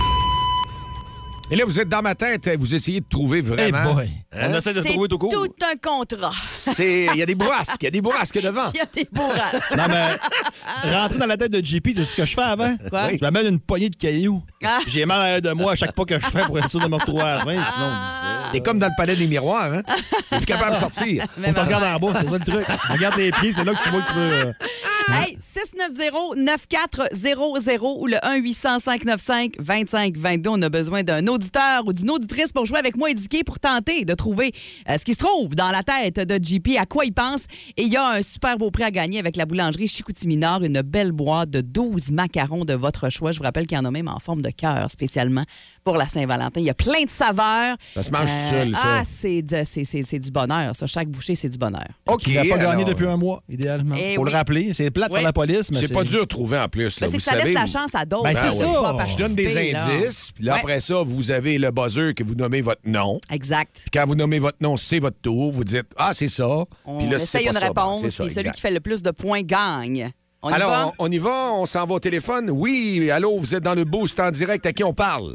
Et là, vous êtes dans ma tête, vous essayez de trouver Hey vraiment... boy! Hein? On essaie de C'est trouver tout court. tout un contrat. C'est... Il y a des bourrasques, il y a des bourrasques devant. Il y a des bourrasques. Non, mais rentrer dans la tête de J P, tu sais ce que je fais avant? Quoi? Je m'amène une poignée de cailloux. Ah. J'ai mal à l'air de moi à chaque pas que je fais pour être sûr de me retrouver à la fin, sinon... T'es comme dans le palais des miroirs, hein? T'es plus capable de sortir. On te regarde en bas, c'est ça le truc. Regarde les pieds, c'est là que tu vois que tu peux... euh, Hey, six neuf zéro neuf quatre zéro zéro ou le un huit cent cinq neuf cinq deux cinq deux deux. On a besoin d'un auditeur ou d'une auditrice pour jouer avec moi et Dicky pour tenter de trouver euh, ce qui se trouve dans la tête de J P, à quoi il pense. Et il y a un super beau prix à gagner avec la boulangerie Chicoutimi-Nord, une belle boîte de douze macarons de votre choix. Je vous rappelle qu'il y en a même en forme de cœur spécialement pour la Saint-Valentin. Il y a plein de saveurs. Ça se mange tout seul, ça. Ah, c'est, de- c'est, c'est, c'est du bonheur, ça. Chaque bouchée, c'est du bonheur. OK. Il n'a pas gagné alors, depuis un mois, idéalement. Eh Faut oui. le rappeler. C'est plate Oui. pour la police, mais C'est pas dur de trouver en plus. Là, Ben, c'est vous que ça savez, laisse la vous- chance à d'autres. Ben, c'est de ça. pouvoir Je donne des participer, là. indices, puis là, Ouais. après ça, vous avez le buzzer que vous nommez votre nom. Exact. Puis quand vous nommez votre nom, c'est votre tour. Vous dites, ah, c'est ça. On Puis là, si c'est essaye pas une ça, bon, réponse, c'est ça, puis celui exact. qui fait le plus de points gagne. On y va? Alors, on, on y va, on s'en va au téléphone. Oui, allô, vous êtes dans le boost en direct. À qui on parle?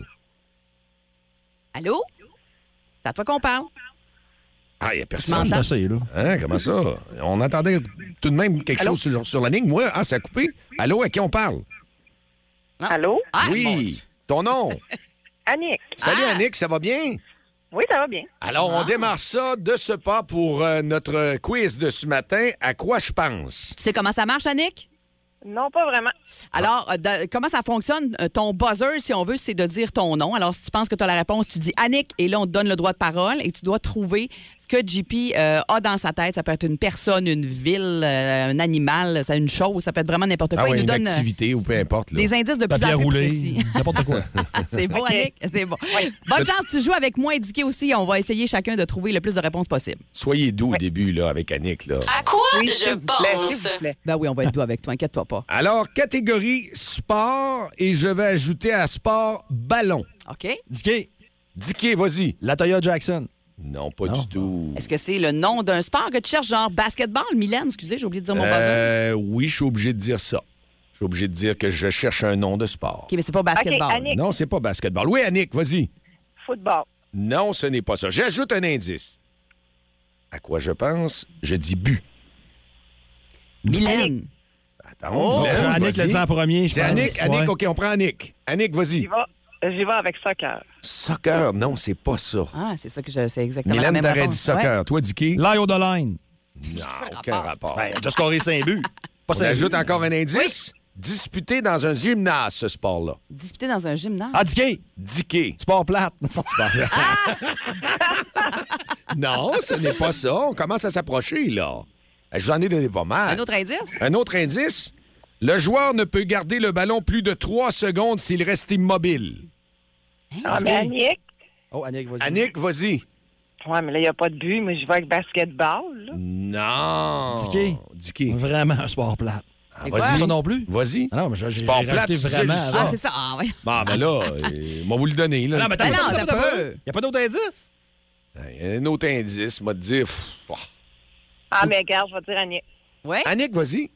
Allô? C'est à toi qu'on parle. Ah, il n'y a Je personne. m'entends. C'est assez, là. Hein, comment ça? On entendait tout de même quelque chose sur, sur la ligne. Moi, ah, ça a coupé. Allô, à qui on parle? Allô? Ah, oui. Ton nom? Annick. Salut, Ah. Annick, ça va bien? Oui, ça va bien. Alors, on démarre ça de ce pas pour euh, notre quiz de ce matin. À quoi je pense? Tu sais comment ça marche, Annick? Non, pas vraiment. Alors, euh, de- comment ça fonctionne? Euh, Ton buzzer, si on veut, c'est de dire ton nom. Alors, si tu penses que tu as la réponse, tu dis Annick, et là, on te donne le droit de parole, et tu dois trouver ce que J P euh, a dans sa tête. Ça peut être une personne, une ville, euh, un animal, ça, une chose, ça peut être vraiment n'importe quoi. Ah oui, Il une nous donne euh, activité ou peu importe. Là. des indices de plus Papier en à plus rouler, précis. n'importe quoi. C'est beau, Annick? C'est bon. Bonne chance, tu joues avec moi, indiqué aussi. On va essayer chacun de trouver le plus de réponses possible. Soyez doux au début là, avec Annick. Là. À quoi Oui, je s'il vous plaît, pense? s'il vous plaît. Ben oui, on va être doux avec toi, inquiète-toi pas. Alors, catégorie sport, et je vais ajouter à sport ballon. OK? Dicky, Dicky, vas-y. Latoya Jackson. Non, pas du tout. Est-ce que c'est le nom d'un sport que tu cherches, genre basketball? Mylène, excusez, j'ai oublié de dire mon buzzer. Euh, oui, je suis obligé de dire ça. Je suis obligé de dire que je cherche un nom de sport. OK, mais c'est pas basketball. OK, Annick. Non, c'est pas basketball. Oui, Annick, vas-y. Football. Non, ce n'est pas ça. J'ajoute un indice. À quoi je pense? Je dis but. Mylène. Attends, Oh, Mylène, Annick vas-y. le dit en premier, je C'est pense. Annick. Annick, Ouais. OK, on prend Annick. Annick, vas-y. J'y vais, j'y vais avec soccer. Soccer, non, c'est pas ça. Ah, c'est ça que je sais exactement la Mylène, même t'aurais réponse. dit soccer. Toi, Dicky? Lie au the line. Non, aucun rapport. Ben, just scoré cinq buts. Pas On cinq ajoute buts. encore un indice. Disputé dans un gymnase, ce sport-là. Ouais. Disputé dans un gymnase. Ah, Dicky. Dicky. Sport plate. Sport plate. Non, ce n'est pas ça. On commence à s'approcher, là. Je vous en ai donné pas mal. Un autre indice? Un autre indice. Le joueur ne peut garder le ballon plus de trois secondes s'il reste immobile. Ah, mais Annick. Oh, Annick, vas-y. Annick, vas-y. Ouais, mais là, il n'y a pas de but. Moi, je vais avec basketball. Là. Non. Dicky. Dicky. Vraiment un sport plate. C'est vas-y. quoi? Ça non plus? Vas-y. Ah non, mais j'ai j'ai Sport rajouté plate, tu sais vraiment juste avant. Ah, c'est ça. Ah, oui. Bon, ben là, euh, moi, vous le donner. Là. Non, mais Ben attends, non, attends, t'as attends, peu. attends. Y a pas d'autre indice? Un autre indice, m'a dit. pff, oh. Ah, mais regarde, je vais dire Annick. Ouais? Annick, vas-y.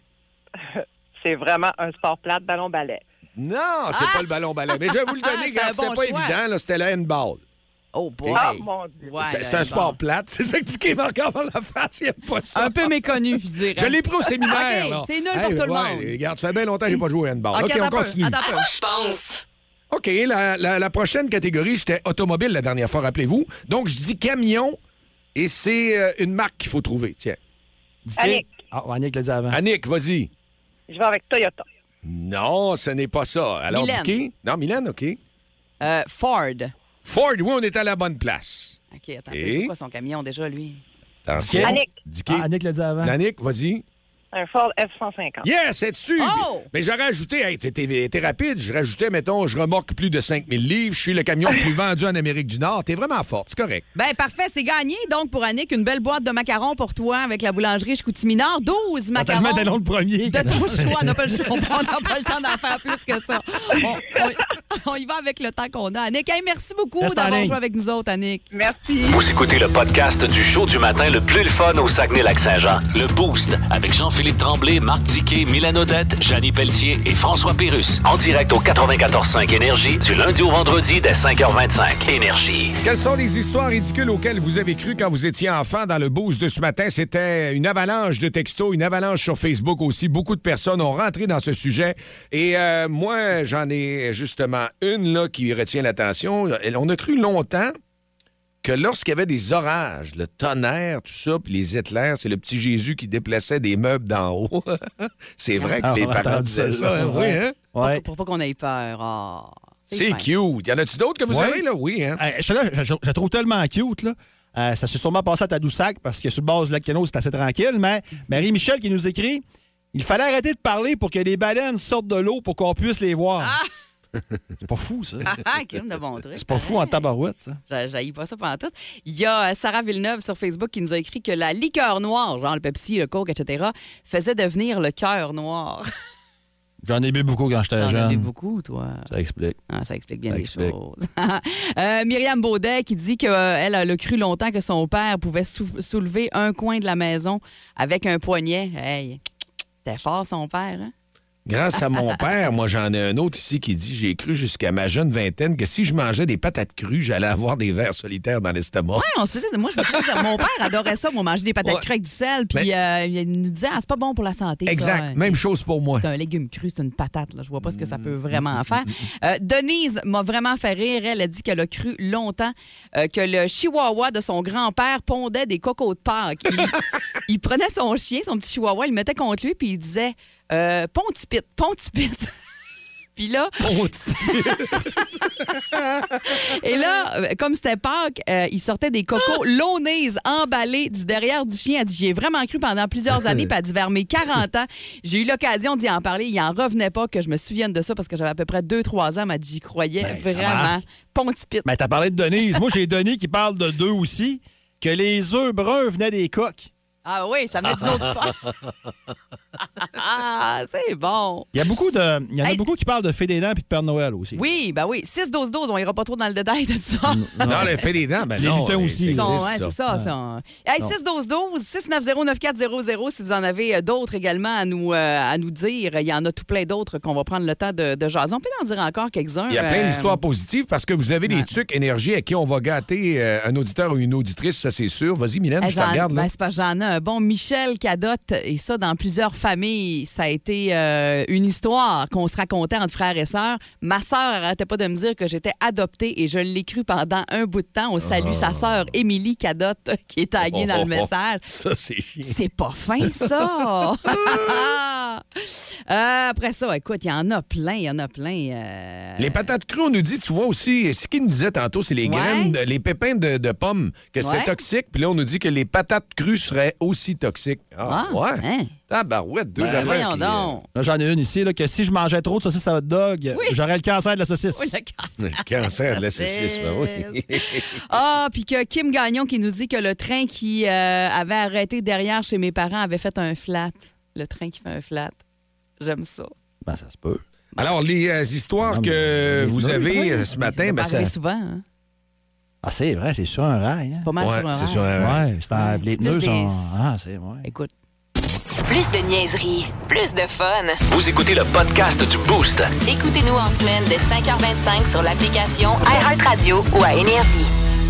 C'est vraiment un sport plate, ballon-ballet. Non, c'est pas le ballon-ballon. Mais je vais vous le Ah, donner, c'est regarde, un c'était bon pas choix. évident, là, c'était le handball. Oh boy. Ah, mon Dieu. Ouais, c'est le c'est un handball. sport plate. C'est ça que Dicky m'a encore dans la face, il aime pas ça. Un peu méconnu, je dirais. Je l'ai pris au séminaire. OK, là. c'est nul pour tout le ouais, monde. Regarde, ça fait bien longtemps que j'ai pas joué au handball. OK, attends on un peu, continue. attends un peu. Je pense. OK, la, la- la prochaine catégorie, j'étais automobile la dernière fois, rappelez-vous. Donc, je dis camion et c'est euh, une marque qu'il faut trouver. Tiens. Dicky? Annick. Ah, Annick l'a dit avant. Annick, vas-y. Je vais avec Toyota. Non, ce n'est pas ça. Alors, Mylène. Dicky? Non, Mylène, OK. Euh, Ford. Ford, oui, on est à la bonne place. OK, attends. Et? C'est quoi son camion déjà, lui? Attention. Annick. Dicky. Ah, Annick l'a dit avant. Annick, vas-y. Un Ford F cent cinquante. Yes, c'est dessus! Oh! Mais j'aurais ajouté, hey, t'es, t'es- t'es rapide, je rajoutais, mettons, je remorque plus de cinq mille livres, je suis le camion le plus vendu en Amérique du Nord. T'es vraiment forte, c'est correct. Ben parfait, c'est gagné. Donc, pour Annick, une belle boîte de macarons pour toi avec la boulangerie Chicoutimi-Nord. douze T'as macarons. tellement été long le premier. De ton choix, on n'a pas le choix. On n'a pas le temps d'en faire plus que ça. On, on- on y va avec le temps qu'on a. Annick, hey, merci beaucoup Reste en d'avoir ligne. joué avec nous autres, Annick. Merci. Vous écoutez le podcast du show du matin le plus le fun au Saguenay-Lac-Saint-Jean. Le Boost avec Jean-Philippe Tremblay, Marc Diquet, Milan Odette, Janine Pelletier et François Pérusse. En direct au quatre-vingt-quatorze cinq Énergie du lundi au vendredi dès cinq heures vingt-cinq. Énergie. Quelles sont les histoires ridicules auxquelles vous avez cru quand vous étiez enfant dans le boost de ce matin? C'était une avalanche de textos, une avalanche sur Facebook aussi. Beaucoup de personnes ont rentré dans ce sujet. Et euh, moi, j'en ai justement une là qui retient l'attention. On a cru longtemps que lorsqu'il y avait des orages, le tonnerre, tout ça, puis les éclairs, c'est le petit Jésus qui déplaçait des meubles d'en haut. C'est vrai que Ah, les on a parents entendu disaient ça, ça. hein? Oui, hein? Ouais. Pour pas qu'on ait peur. Ah, C'est fin. cute. Y en a-tu d'autres que vous Ouais. avez, là? Oui, hein? Hey, je, là, je, je la trouve tellement cute, là. Euh, ça s'est sûrement passé à Tadoussac parce que sur le base du lac Cano, c'est assez tranquille. Mais Marie-Michel qui nous écrit il fallait arrêter de parler pour que les baleines sortent de l'eau pour qu'on puisse les voir. C'est pas fou, ça. Ah, ah, crime de bon truc. C'est pas fou en tabarouette, ça. J'a- J'haïs pas ça pendant tout. Il y a euh, Sarah Villeneuve sur Facebook qui nous a écrit que la liqueur noire, genre le Pepsi, le Coke, et cetera, faisait devenir le cœur noir. J'en ai bu beaucoup quand j'étais T'en jeune. avais beaucoup, toi. Ça explique. Ah, ça explique bien Ça des explique. choses. Euh, Myriam Baudet qui dit qu'elle a cru longtemps que son père pouvait sou- soulever un coin de la maison avec un poignet. Hey, t'es fort, son père, hein? Grâce à mon père, moi, j'en ai un autre ici qui dit j'ai cru jusqu'à ma jeune vingtaine que si je mangeais des patates crues, j'allais avoir des vers solitaires dans l'estomac. Ouais, on se faisait. Moi, je me faisais. Mon père adorait ça. Moi, manger des patates Ouais. crues avec du sel. Puis euh, il nous disait, ah, c'est pas bon pour la santé. ça. Exact. Même chose pour moi. C'est un légume cru, c'est une patate. Là. Je vois pas ce que ça peut vraiment faire. Euh, Denise m'a vraiment fait rire. Elle a dit qu'elle a cru longtemps euh, que le chihuahua de son grand-père pondait des cocos de Pâques. Il, il prenait son chien, son petit chihuahua, il le mettait contre lui, puis il disait euh, Pontipite, Pontipite. Puis là, et là, euh, comme c'était Pâques, euh, il sortait des cocos launaises emballés du derrière du chien. Elle dit, j'y ai vraiment cru pendant plusieurs années, puis elle dit, vers mes quarante ans, j'ai eu l'occasion d'y en parler. Il en revenait pas que je me souvienne de ça parce que j'avais à peu près deux trois ans. Elle m'a dit, j'y croyais Ben, ça vraiment. marche. Pontipite. Ben, t'as parlé de Denise. Moi, j'ai Denis qui parle de deux aussi, que les œufs bruns venaient des coques. Ah oui, ça venait d'une autre part. Ah, c'est bon. Il y a beaucoup de, il y en a Hey. beaucoup qui parlent de Fée des dents et de Père Noël aussi. Oui, ben oui. six douze douze, on ira pas trop dans le détail de ça. Non, le fait des dents, ben Les non. lutins mais aussi, ça là. existe, Sont- ouais, ça. c'est ça. ça. Hey, six douze douze, six neuf zéro neuf quatre zéro zéro, si vous en avez euh, d'autres également à nous, euh, à nous dire. Il y en a tout plein d'autres qu'on va prendre le temps de, de jaser. On peut en dire encore quelques-uns. Il y a plein euh, d'histoires positives parce que vous avez des ouais. trucs énergie à qui on va gâter euh, un auditeur ou une auditrice, ça c'est sûr. Vas-y, Mylène, Hey, je te j'en- regarde. Là. ben, c'est parce que j'en ai un bon. Michel Cadotte, et ça, dans plusieurs familles, ça a été euh, une histoire qu'on se racontait entre frères et sœurs. Ma sœur arrêtait pas de me dire que j'étais adoptée et je l'ai cru pendant un bout de temps. On salue sa sœur Émilie Cadotte qui est taguée dans le message. Ça, c'est chiant. C'est pas fin, ça! Euh, après ça, écoute, il y en a plein, il y en a plein. euh, Les patates crues, on nous dit, tu vois aussi, ce qu'il nous disait tantôt, c'est les Ouais. graines, de- les pépins de, de pommes, que c'était Ouais. toxique. Puis là, on nous dit que les patates crues seraient aussi toxiques. Ah, Ah, ouais. hein? Tabarouette, deux Ben, affaires. Voyons qui, donc. Là, j'en ai une ici, là, que si je mangeais trop de saucisses à hot dog, Oui. j'aurais le cancer de la saucisse. Oui, le cancer. euh, le cancer de la saucisse, ben oui. Ah, puis que Kim Gagnon qui nous dit que le train qui euh, avait arrêté derrière chez mes parents avait fait un flat. Le train qui fait un flat. J'aime ça. Ben, ça se peut. Alors, les euh, histoires Non, mais- que vous Oui, avez oui. euh, ce matin, Ça ben, va ça... arriver souvent. Hein? Ah, c'est vrai, c'est sur un rail. Hein? Pas mal Ouais, sur un c'est rail. sur un rail. Ouais, c'est en- Ouais, les c'est pneus plus sont. des- Ah, c'est. Ouais. Écoute. Plus de niaiserie, plus de fun. Vous écoutez le podcast du Boost. Écoutez-nous en semaine de cinq heures vingt-cinq sur l'application iHeartRadio ou à Énergie.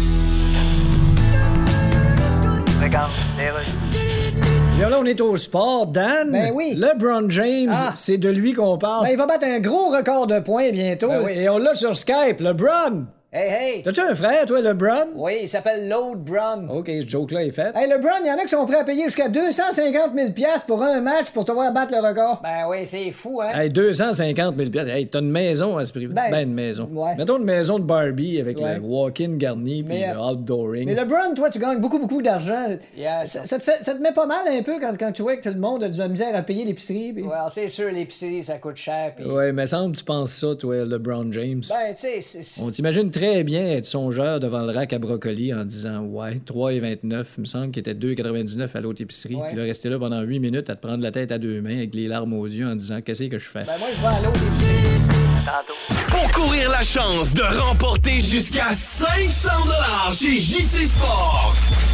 Là, là, on est au sport, Dan. Ben oui. LeBron James, Ah. c'est de lui qu'on parle. Ben, il va battre un gros record de points bientôt. Ben oui, et on l'a sur Skype, LeBron. Hey, hey! T'as-tu un frère, toi, LeBron? Oui, il s'appelle Lode Brown. OK, ce joke-là est fait. Hey, LeBron, il y en a qui sont prêts à payer jusqu'à deux cent cinquante mille dollars pour un match pour te voir battre le record. Ben oui, c'est fou, hein? Hey, deux cent cinquante mille piastres. Hey, t'as une maison à ce prix-là. Ben, Ben, une maison. ouais. Mettons une maison de Barbie avec Ouais. le walk-in garni puis Mais, le euh, outdooring. Mais LeBron, toi, tu gagnes beaucoup, beaucoup d'argent. ça, ça te fait, ça te met pas mal un peu quand, quand tu vois que tout le monde a de la misère à payer l'épicerie. Pis... Ouais, c'est sûr, l'épicerie, ça coûte cher. Pis... Ouais, mais semble que tu penses ça, toi, LeBron James. Ben, tu sais, c'est... On t'imagine très bien être songeur devant le rack à brocoli en disant ouais, trois virgule vingt-neuf, il me semble qu'il était deux virgule quatre-vingt-dix-neuf à l'autre épicerie. Ouais. Puis là, rester là pendant huit minutes à te prendre la tête à deux mains avec les larmes aux yeux en disant qu'est-ce que je fais. Ben, moi, je vais à l'autre épicerie. Pour courir la chance de remporter jusqu'à cinq cents dollars chez J C Sport.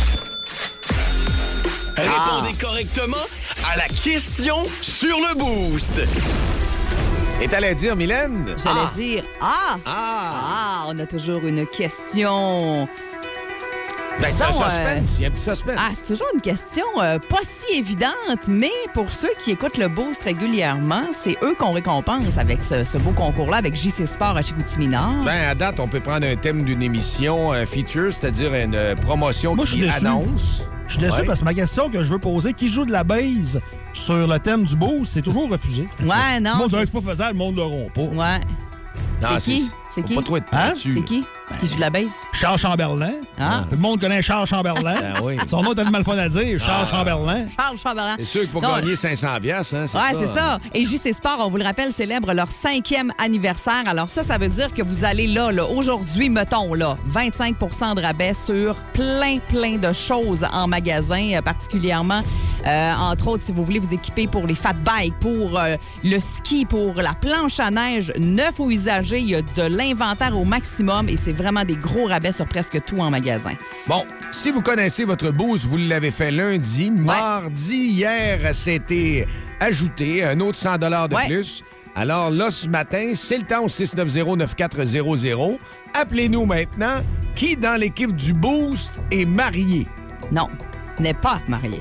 Répondez correctement à la question sur le boost. Et t'allais dire, Mylène? J'allais Ah. dire ah, Ah! ah, on a toujours une question. Ben, c'est un Disons, suspense. Il y a un petit suspense. Ah, c'est toujours une question euh, pas si évidente, mais pour ceux qui écoutent le Boost régulièrement, c'est eux qu'on récompense avec ce, ce beau concours-là, avec J C Sport à Chicoutimi-Nord. Ben, à date, on peut prendre un thème d'une émission, un feature, c'est-à-dire une euh, promotion Moi, je qui suis déçu. annonce. Je suis déçu Ouais. parce que ma question que je veux poser, qui joue de la base sur le thème du boost, c'est toujours refusé. Ouais, non. Le monde c'est- dirait que c'est pas faisable, le monde l'auront pas. Ouais. Non, C'est qui? C'est faut qui? pas trop être Hein? pointu. C'est qui? Qui joue de la base? Charles Chamberlain. Ah. Tout le monde connaît Charles Chamberlain. Ben oui. Son nom est tellement le fun à dire, Charles Chamberlain. Charles Chamberlain. C'est sûr qu'il faut Non, gagner cinq cents piastres, hein? C'est Ouais, ça. c'est ça. Et J C Sport, on vous le rappelle, célèbre leur cinquième anniversaire. Alors ça, ça veut dire que vous allez là, là aujourd'hui, mettons, là, vingt-cinq pour cent de rabais sur plein, plein de choses en magasin, euh, particulièrement, euh, entre autres, si vous voulez vous équiper pour les fat bikes, pour euh, le ski, pour la planche à neige, neuf ou usagé, il y a de l'inventaire au maximum et c'est vraiment des gros rabais sur presque tout en magasin. Bon, si vous connaissez votre boost, vous l'avez fait lundi. Mardi, hier, c'était ajouté un autre cent dollars de Ouais. plus. Alors là, ce matin, c'est le temps au six neuf zéro neuf quatre zéro zéro. Appelez-nous maintenant. Qui dans l'équipe du boost est marié? Non, n'est pas marié.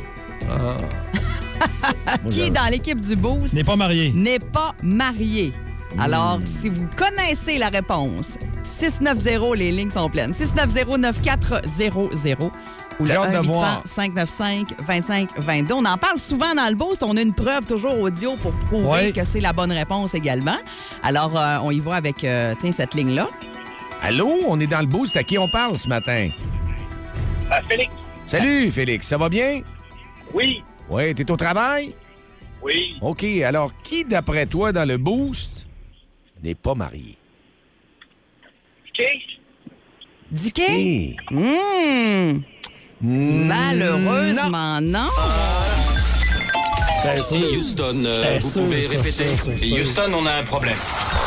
Qui est dans l'équipe du Boost N'est pas marié. n'est pas marié. Alors, si vous connaissez la réponse, six neuf zéro, les lignes sont pleines. six neuf zéro neuf quatre zéro zéro ou J'ai le hâte de un huit cents voir. cinq neuf cinq deux cinq deux deux. On en parle souvent dans le Boost. On a une preuve toujours audio pour prouver Ouais. que c'est la bonne réponse également. Alors, euh, on y va avec euh, tiens, cette ligne-là. Allô, on est dans le boost. À qui on parle ce matin? Ah, Félix? Salut, Félix. Ça va bien? Oui. Oui, t'es au travail? Oui. OK. Alors, qui, d'après toi, dans le boost, n'est pas marié? OK? Dicky? Hey. Mmh. Malheureusement, non. Ici, Houston, euh, vous sûr, pouvez ça, répéter. ça, ça, ça. Houston, on a un problème.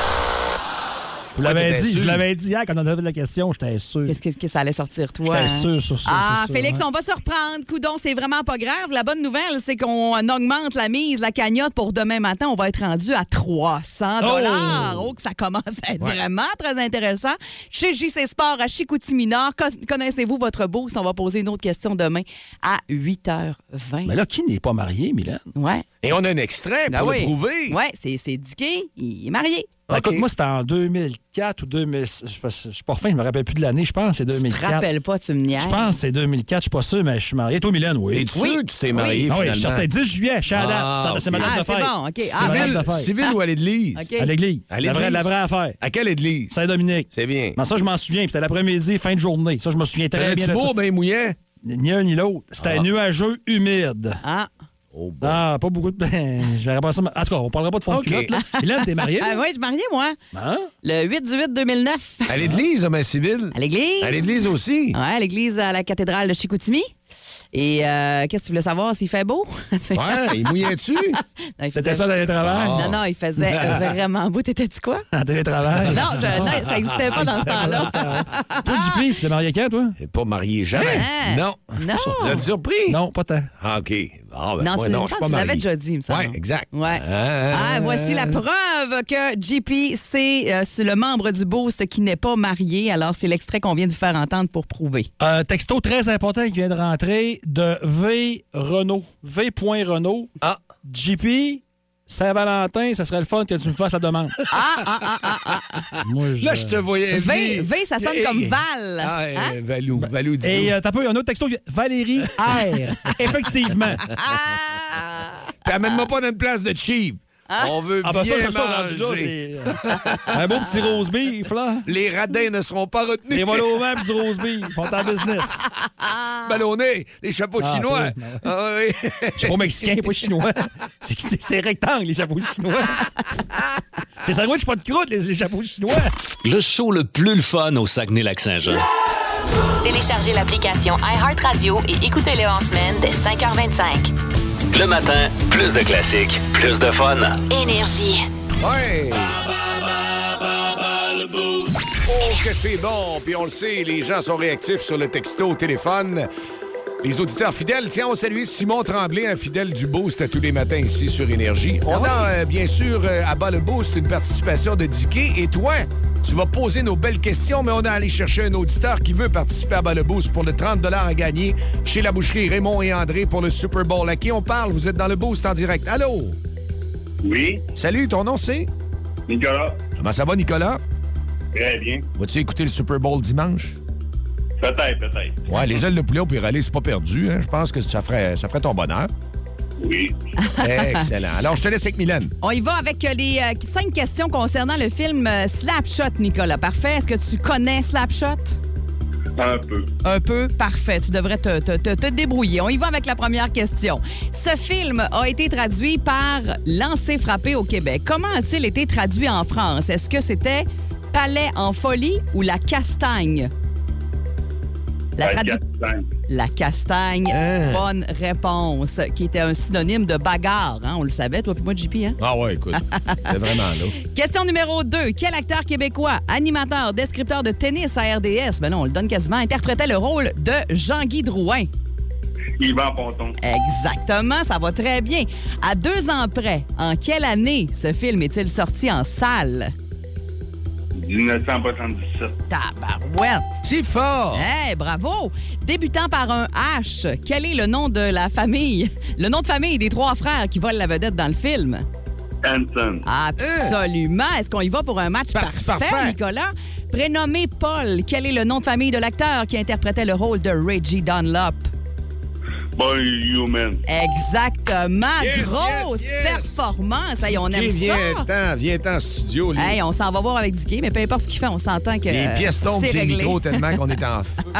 Vous l'avez t'étais dit, sûr? je l'avais dit hier quand on avait fait la question, j'étais sûr. Qu'est-ce que, que ça allait sortir, toi? J'étais hein? sûr sur ça. Ah, sur ça, Félix, ouais. on va se reprendre. Coudon, c'est vraiment pas grave. La bonne nouvelle, c'est qu'on augmente la mise, la cagnotte pour demain matin. On va être rendu à trois cents dollars. Oh! que ça commence à être Ouais. vraiment très intéressant. Chez J C Sport à Chicoutimi-Nord, co- connaissez-vous votre boost? On va poser une autre question demain à huit heures vingt. Mais là, qui n'est pas marié, Milan? Ouais. Et on a un extrait Ben pour oui. le prouver. Ouais, c'est, c'est Dicky. Il est marié. Ah, OK. Écoute, moi, c'était en deux mille quatre ou deux mille six. Je ne suis pas fin, je me rappelle plus de l'année. Je pense que c'est deux mille Tu te quatre. rappelles pas, tu me niaises. Je pense que c'est deux mille quatre, je suis pas sûr, mais je suis marié. Toi, Mylène, oui. Es-tu Oui. sûr que tu t'es marié, Ah oui, je finalement? sortais dix juillet, je suis à date. Ah, Ça, c'est ok. ma date Ah, de c'est fête. bon, OK. C'est Ah, ma Civil, date de fête. civil ou à l'église? OK. À l'église. À La l'église. vraie, la vraie affaire. À quelle église? Saint-Dominique. C'est bien. Mais ça, je m'en souviens. Puis c'était l'après-midi, fin de journée. Ça, je me souviens très bien Fallait-tu de ça. beau, bien mouillet? Ni un ni l'autre. C'était Ah. nuageux, humide. Ah. Oh, bon. Ah, pas beaucoup de... Je verrai pas ça. En tout cas, on parlera pas de fond OK. de culotte, là. Mylène, t'es mariée? Ah, oui, je suis mariée, moi. Hein? Le huit du huit deux mille neuf. À l'église, homme civil? À l'église. À l'église aussi? Ouais, à l'église à la cathédrale de Chicoutimi. Et euh, qu'est-ce que tu voulais savoir s'il fait beau? Ouais, il mouillait-tu? Non, il C'était faisait... ça dans les travail? Ah. non, non, il faisait vraiment beau. T'étais-tu quoi? En télétravail? Non, je- non, ça n'existait pas dans ce temps-là. Toi, J P, tu l'as marié quand, toi? Il n'est pas marié jamais. Hein? Non. Non. Vous êtes surpris? Non, pas tant. Ah, OK. Ah, ben, Non, moi, tu, non, non, je suis pas tu marié. l'avais déjà dit, il me semble. Oui, exact. Ouais. Ah, Ah, voici la preuve que J P, c'est, euh, c'est le membre du Boost qui n'est pas marié. Alors, c'est l'extrait qu'on vient de faire entendre pour prouver. Un texto très important qui vient de rentrer de V. Renault. V. Renault. Ah. J P, Saint-Valentin, ça serait le fun que tu me fasses la demande. Ah, ah, ah, ah, ah. Moi, je... Là, je te voyais V, venir. V, ça sonne Et- comme Val. Ah, euh, Hein? Valou, Valou, dis Et euh, t'as pas eu un autre texto qui vient- Valérie R. Effectivement. Ah! Puis amène-moi pas dans une place de cheap. On veut Ah, ben ça, bien comme ça, rendu là, manger. c'est. euh, un beau petit rose beef, là. Les radins ne seront pas retenus. Les voilà au même du rose beef. Ils font en business. Ballonnés, les chapeaux Ah, chinois. toi, Ah, oui. Je suis pas mexicain, pas chinois. C'est- C'est c'est rectangle, les chapeaux chinois. C'est sandwich, pas de croûte, les, les chapeaux chinois. Le show le plus le fun au Saguenay-Lac-Saint-Jean. Téléchargez l'application iHeartRadio et écoutez-le en semaine dès cinq heures vingt-cinq. Le matin, plus de classiques, plus de fun. Énergie. Ouais. Oh, que c'est bon. Puis on le sait, les gens sont réactifs sur le texto, au téléphone. Les auditeurs fidèles, tiens, on salue Simon Tremblay, un fidèle du Boost à tous les matins ici sur Énergie. On a, euh, bien sûr, euh, à bas le Boost, une participation de Dicky. Et toi, tu vas poser nos belles questions, mais on a allé chercher un auditeur qui veut participer à bas le Boost pour le trente à gagner chez la boucherie Raymond et André pour le Super Bowl. À qui on parle? Vous êtes dans le Boost en direct. Allô? Oui, Salut, ton nom c'est? Nicolas. Comment ça va, Nicolas? Très bien. Vas-tu écouter le Super Bowl dimanche? Peut-être, peut-être. Ouais, les ailes de poulet au Pirelli, c'est pas perdu. Hein? Je pense que ça ferait, ça ferait ton bonheur. Oui. Excellent. Alors, je te laisse avec Mylène. On y va avec euh, les euh, cinq questions concernant le film euh, Slapshot, Nicolas. Parfait. Est-ce que tu connais Slapshot? Un peu. Un peu, parfait. Tu devrais te, te, te, te débrouiller. On y va avec la première question. Ce film a été traduit par Lancer frappé au Québec. Comment a-t-il été traduit en France? Est-ce que c'était Palais en folie ou La Castagne? La, La tradu- castagne. La castagne, Hein? bonne réponse, qui était un synonyme de bagarre. Hein? On le savait, toi puis moi, J P, hein? Ah ouais, écoute, c'est vraiment là. Question numéro deux. Quel acteur québécois, animateur, descripteur de tennis à R D S, ben non, on le donne quasiment, interprétait le rôle de Jean-Guy Drouin? Yvan Ponton. Exactement, ça va très bien. À deux ans près, en quelle année ce film est-il sorti en salle? dix-neuf cent soixante-dix-sept. Tabarouette! C'est fort! Hey, bravo! Débutant par un H, quel est le nom de la famille? Le nom de famille des trois frères qui volent la vedette dans le film? Hanson. Absolument. Est-ce qu'on y va pour un match Parti parfait, parfait. Nicolas? Prénommé Paul, quel est le nom de famille de l'acteur qui interprétait le rôle de Reggie Dunlop? Boy Human. Exactement. Yes, Grosse yes, yes. performance. Hey, on aime Dicky, ça. viens-t'en, viens-t'en en studio. Lui. Hey, on s'en va voir avec Dicky, mais peu importe ce qu'il fait, on s'entend que Les pièces tombent c'est sur le réglé. micro tellement qu'on est en feu.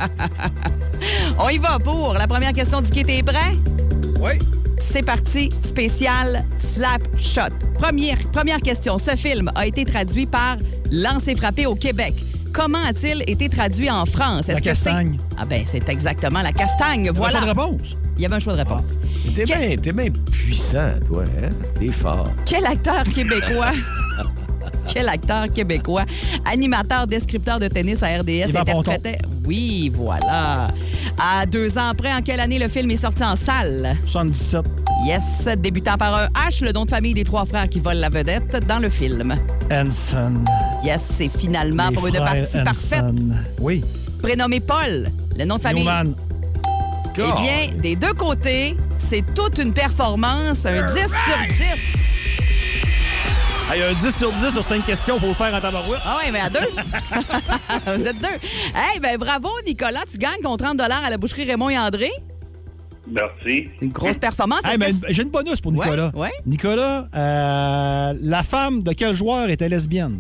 On y va pour la première question. Dicky, t'es prêt? Oui. C'est parti, spécial Slapshot. Première, première question. Ce film a été traduit par Lancer frappé au Québec. comment a-t-il été traduit en France? Est-ce La que castagne. c'est... Ah ben, c'est exactement la castagne. Voilà. Un choix de réponse. Il y avait un choix de réponse. Ah. T'es Quel... bien, t'es bien puissant, toi, hein? T'es fort. Quel acteur québécois... Quel acteur québécois, animateur, descripteur de tennis à R D S, Yvan interprétait... Oui, voilà. À deux ans après, en quelle année le film est sorti en salle? soixante-dix-sept. Yes, débutant par un H, le nom de famille des trois frères qui volent la vedette dans le film. Hanson. Yes, c'est finalement Les pour une frères partie parfaite. Hanson. Oui. Prénommé Paul, le nom de famille... Newman. Eh bien, des deux côtés, c'est toute une performance, un dix sur dix. Il y a un dix sur dix sur cinq questions, il faut le faire en tabarouette. Ah oui, mais à deux. Vous êtes deux. Hey, ben bravo, Nicolas. Tu gagnes ton trente dollars à la boucherie Raymond et André. Merci. Une grosse performance. Hey, ben, j'ai une bonus pour Nicolas. Ouais, ouais. Nicolas, euh, la femme de quel joueur était lesbienne?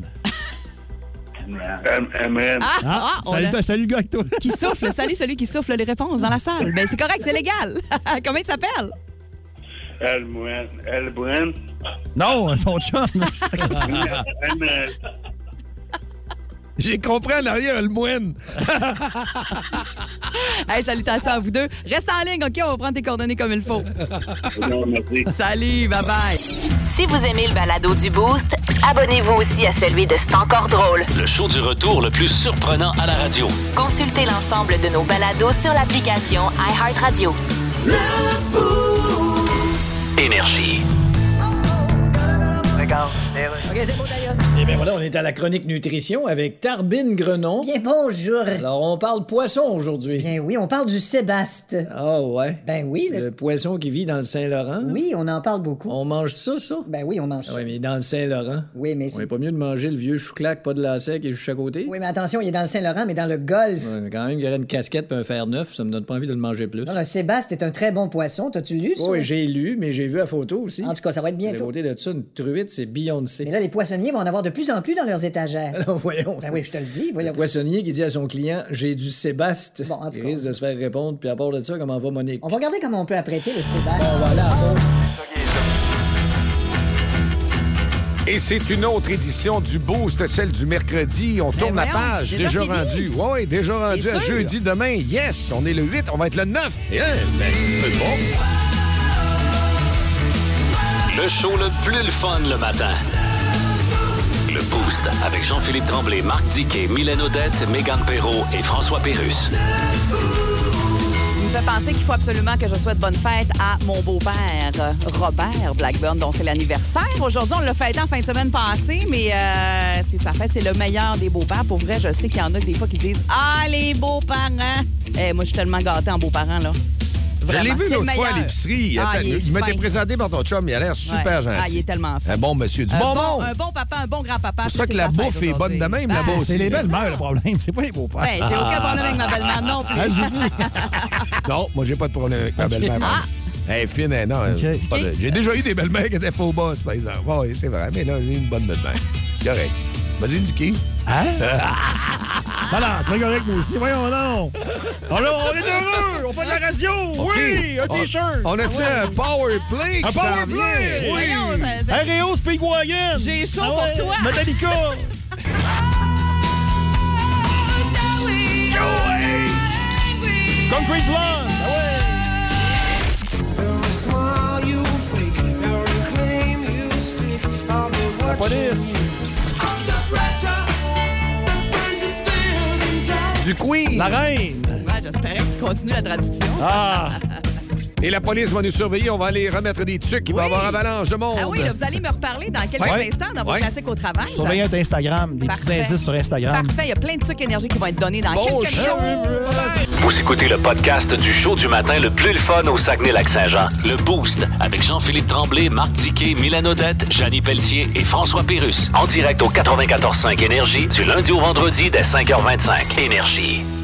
M M. Ah, ah, on salut, a- salut le gars avec toi. Qui souffle. Salut celui qui souffle les réponses dans la salle. Ben c'est correct, c'est légal. Comment il s'appelle? Elle Moine. Elle Brune. Non, ton chum. J'ai compris en arrière le moine. Hey, salutations à vous deux. Reste en ligne, OK? On va prendre tes coordonnées comme il faut. Salut, bye-bye. Si vous aimez le balado du Boost, abonnez-vous aussi à celui de C'est encore drôle. Le show du retour le plus surprenant à la radio. Consultez l'ensemble de nos balados sur l'application iHeartRadio. Énergie. OK, c'est bon, d'ailleurs. Eh bien, voilà, on est à la chronique nutrition avec Tarbine Grenon. Bien bonjour. Alors, on parle poisson aujourd'hui. Bien oui, on parle du sébaste. Ah ouais? Ben oui. Le poisson qui vit dans le Saint-Laurent? là? Oui, on en parle beaucoup. On mange ça, ça? Ben oui, on mange ça. Oui, mais dans le Saint-Laurent. Oui, mais On c'est... est pas mieux de manger le vieux chou-clac, pas de lacet qui est juste à côté? Oui, mais attention, il est dans le Saint-Laurent, mais dans le Golfe. Ouais, mais quand même, il y aurait une casquette et un fer neuf, ça me donne pas envie de le manger plus. Non, le sébaste est un très bon poisson. T'as-tu lu, ça? Oui, j'ai lu, mais j'ai vu la photo aussi. En tout cas, ça va être À bientôt. côté de ça, une truite, c'est Beyoncé. Mais là, les poissonniers vont en avoir de plus en plus dans leurs étagères. Alors, voyons. Ben oui, je te le dis. Le Voyons. poissonnier qui dit à son client « J'ai du sébaste Bon, en tout il cas. risque de se faire répondre, puis à part de ça, comment va Monique? On va regarder comment on peut apprêter le sébaste. Bon, voilà. bon. Et c'est une autre édition du Boost, celle du mercredi. On tourne la voyons, page, déjà déjà, fini? rendu. Oui, oui, déjà rendu T'es à sûr? jeudi demain. Yes, on est le huit, on va être le neuf. Et, hein, ben, ça se peut pas. Le show le plus le fun le matin. Le Boost avec Jean-Philippe Tremblay, Marc Diquet, Mylène Odette, Mégane Perrault et François Pérusse. Il me fait penser qu'il faut absolument que je souhaite bonne fête à mon beau-père, Robert Blackburn, dont c'est l'anniversaire. Aujourd'hui, on l'a fêté en fin de semaine passée, mais euh, c'est sa fête, c'est le meilleur des beaux-pères. Pour vrai, je sais qu'il y en a des fois qui disent « Ah, les beaux-parents! » Eh, moi, je suis tellement gâtée en beaux-parents, là. Je l'ai Vraiment, vu c'est l'autre le fois à meilleur. l'épicerie. Ah, Attends, il est il m'était fin. présenté par ton chum. Il a l'air super Ouais. gentil. Ah, il est tellement fin. Un bon monsieur. Du un bon bon, monde. un bon papa, un bon grand-papa. C'est pour ça Puis que la sa fête bouffe est bonne aujourd'hui. de même, Ah, là-bas aussi. C'est les belles-mères, le problème. C'est pas les beaux-pères. Ouais, j'ai aucun problème avec ma belle-mère non plus. Ah, j'ai vu. Non, moi, j'ai pas de problème avec ma belle-mère. Ah. Elle est fine, elle, non. Ok. c'est pas de- J'ai déjà eu des belles-mères qui étaient faux boss, par exemple. Oui, c'est vrai, mais là, j'ai une bonne belle-mère. Correct. Vas-y, Dicky. Hein? Non, non, c'est pas correct, moi aussi. Voyons donc. Alors, on est heureux. On fait de la radio. Oui, un On- T-shirt. On a-tu un power play Un qui s'en power vient? play. Oui. Voyons, ça- ça- R E O Speedwagon. J'ai chaud Ah pour ouais, toi. Metallica. Concrete Blonde. Ah ouais. La police. Du Queen. La reine. Ouais, j'espérais que tu continues la traduction. Ah. Et la police va nous surveiller. On va aller remettre des trucs. Il va y Oui. avoir avalanche de monde. Ah oui, là, vous allez me reparler dans quelques Ouais. instants dans vos Ouais. classiques au travail. Surveillez notre Instagram. Des petits Parfait. indices sur Instagram. Parfait, il y a plein de trucs énergie qui vont être donnés dans Bon quelques show. minutes. Vous écoutez le podcast du show du matin le plus le fun au Saguenay-Lac-Saint-Jean. Le Boost avec Jean-Philippe Tremblay, Marc Diquet, Mylène Odette, Janine Pelletier et François Pérusse. En direct au quatre-vingt-quatorze cinq Énergie du lundi au vendredi dès cinq heures vingt-cinq. Énergie.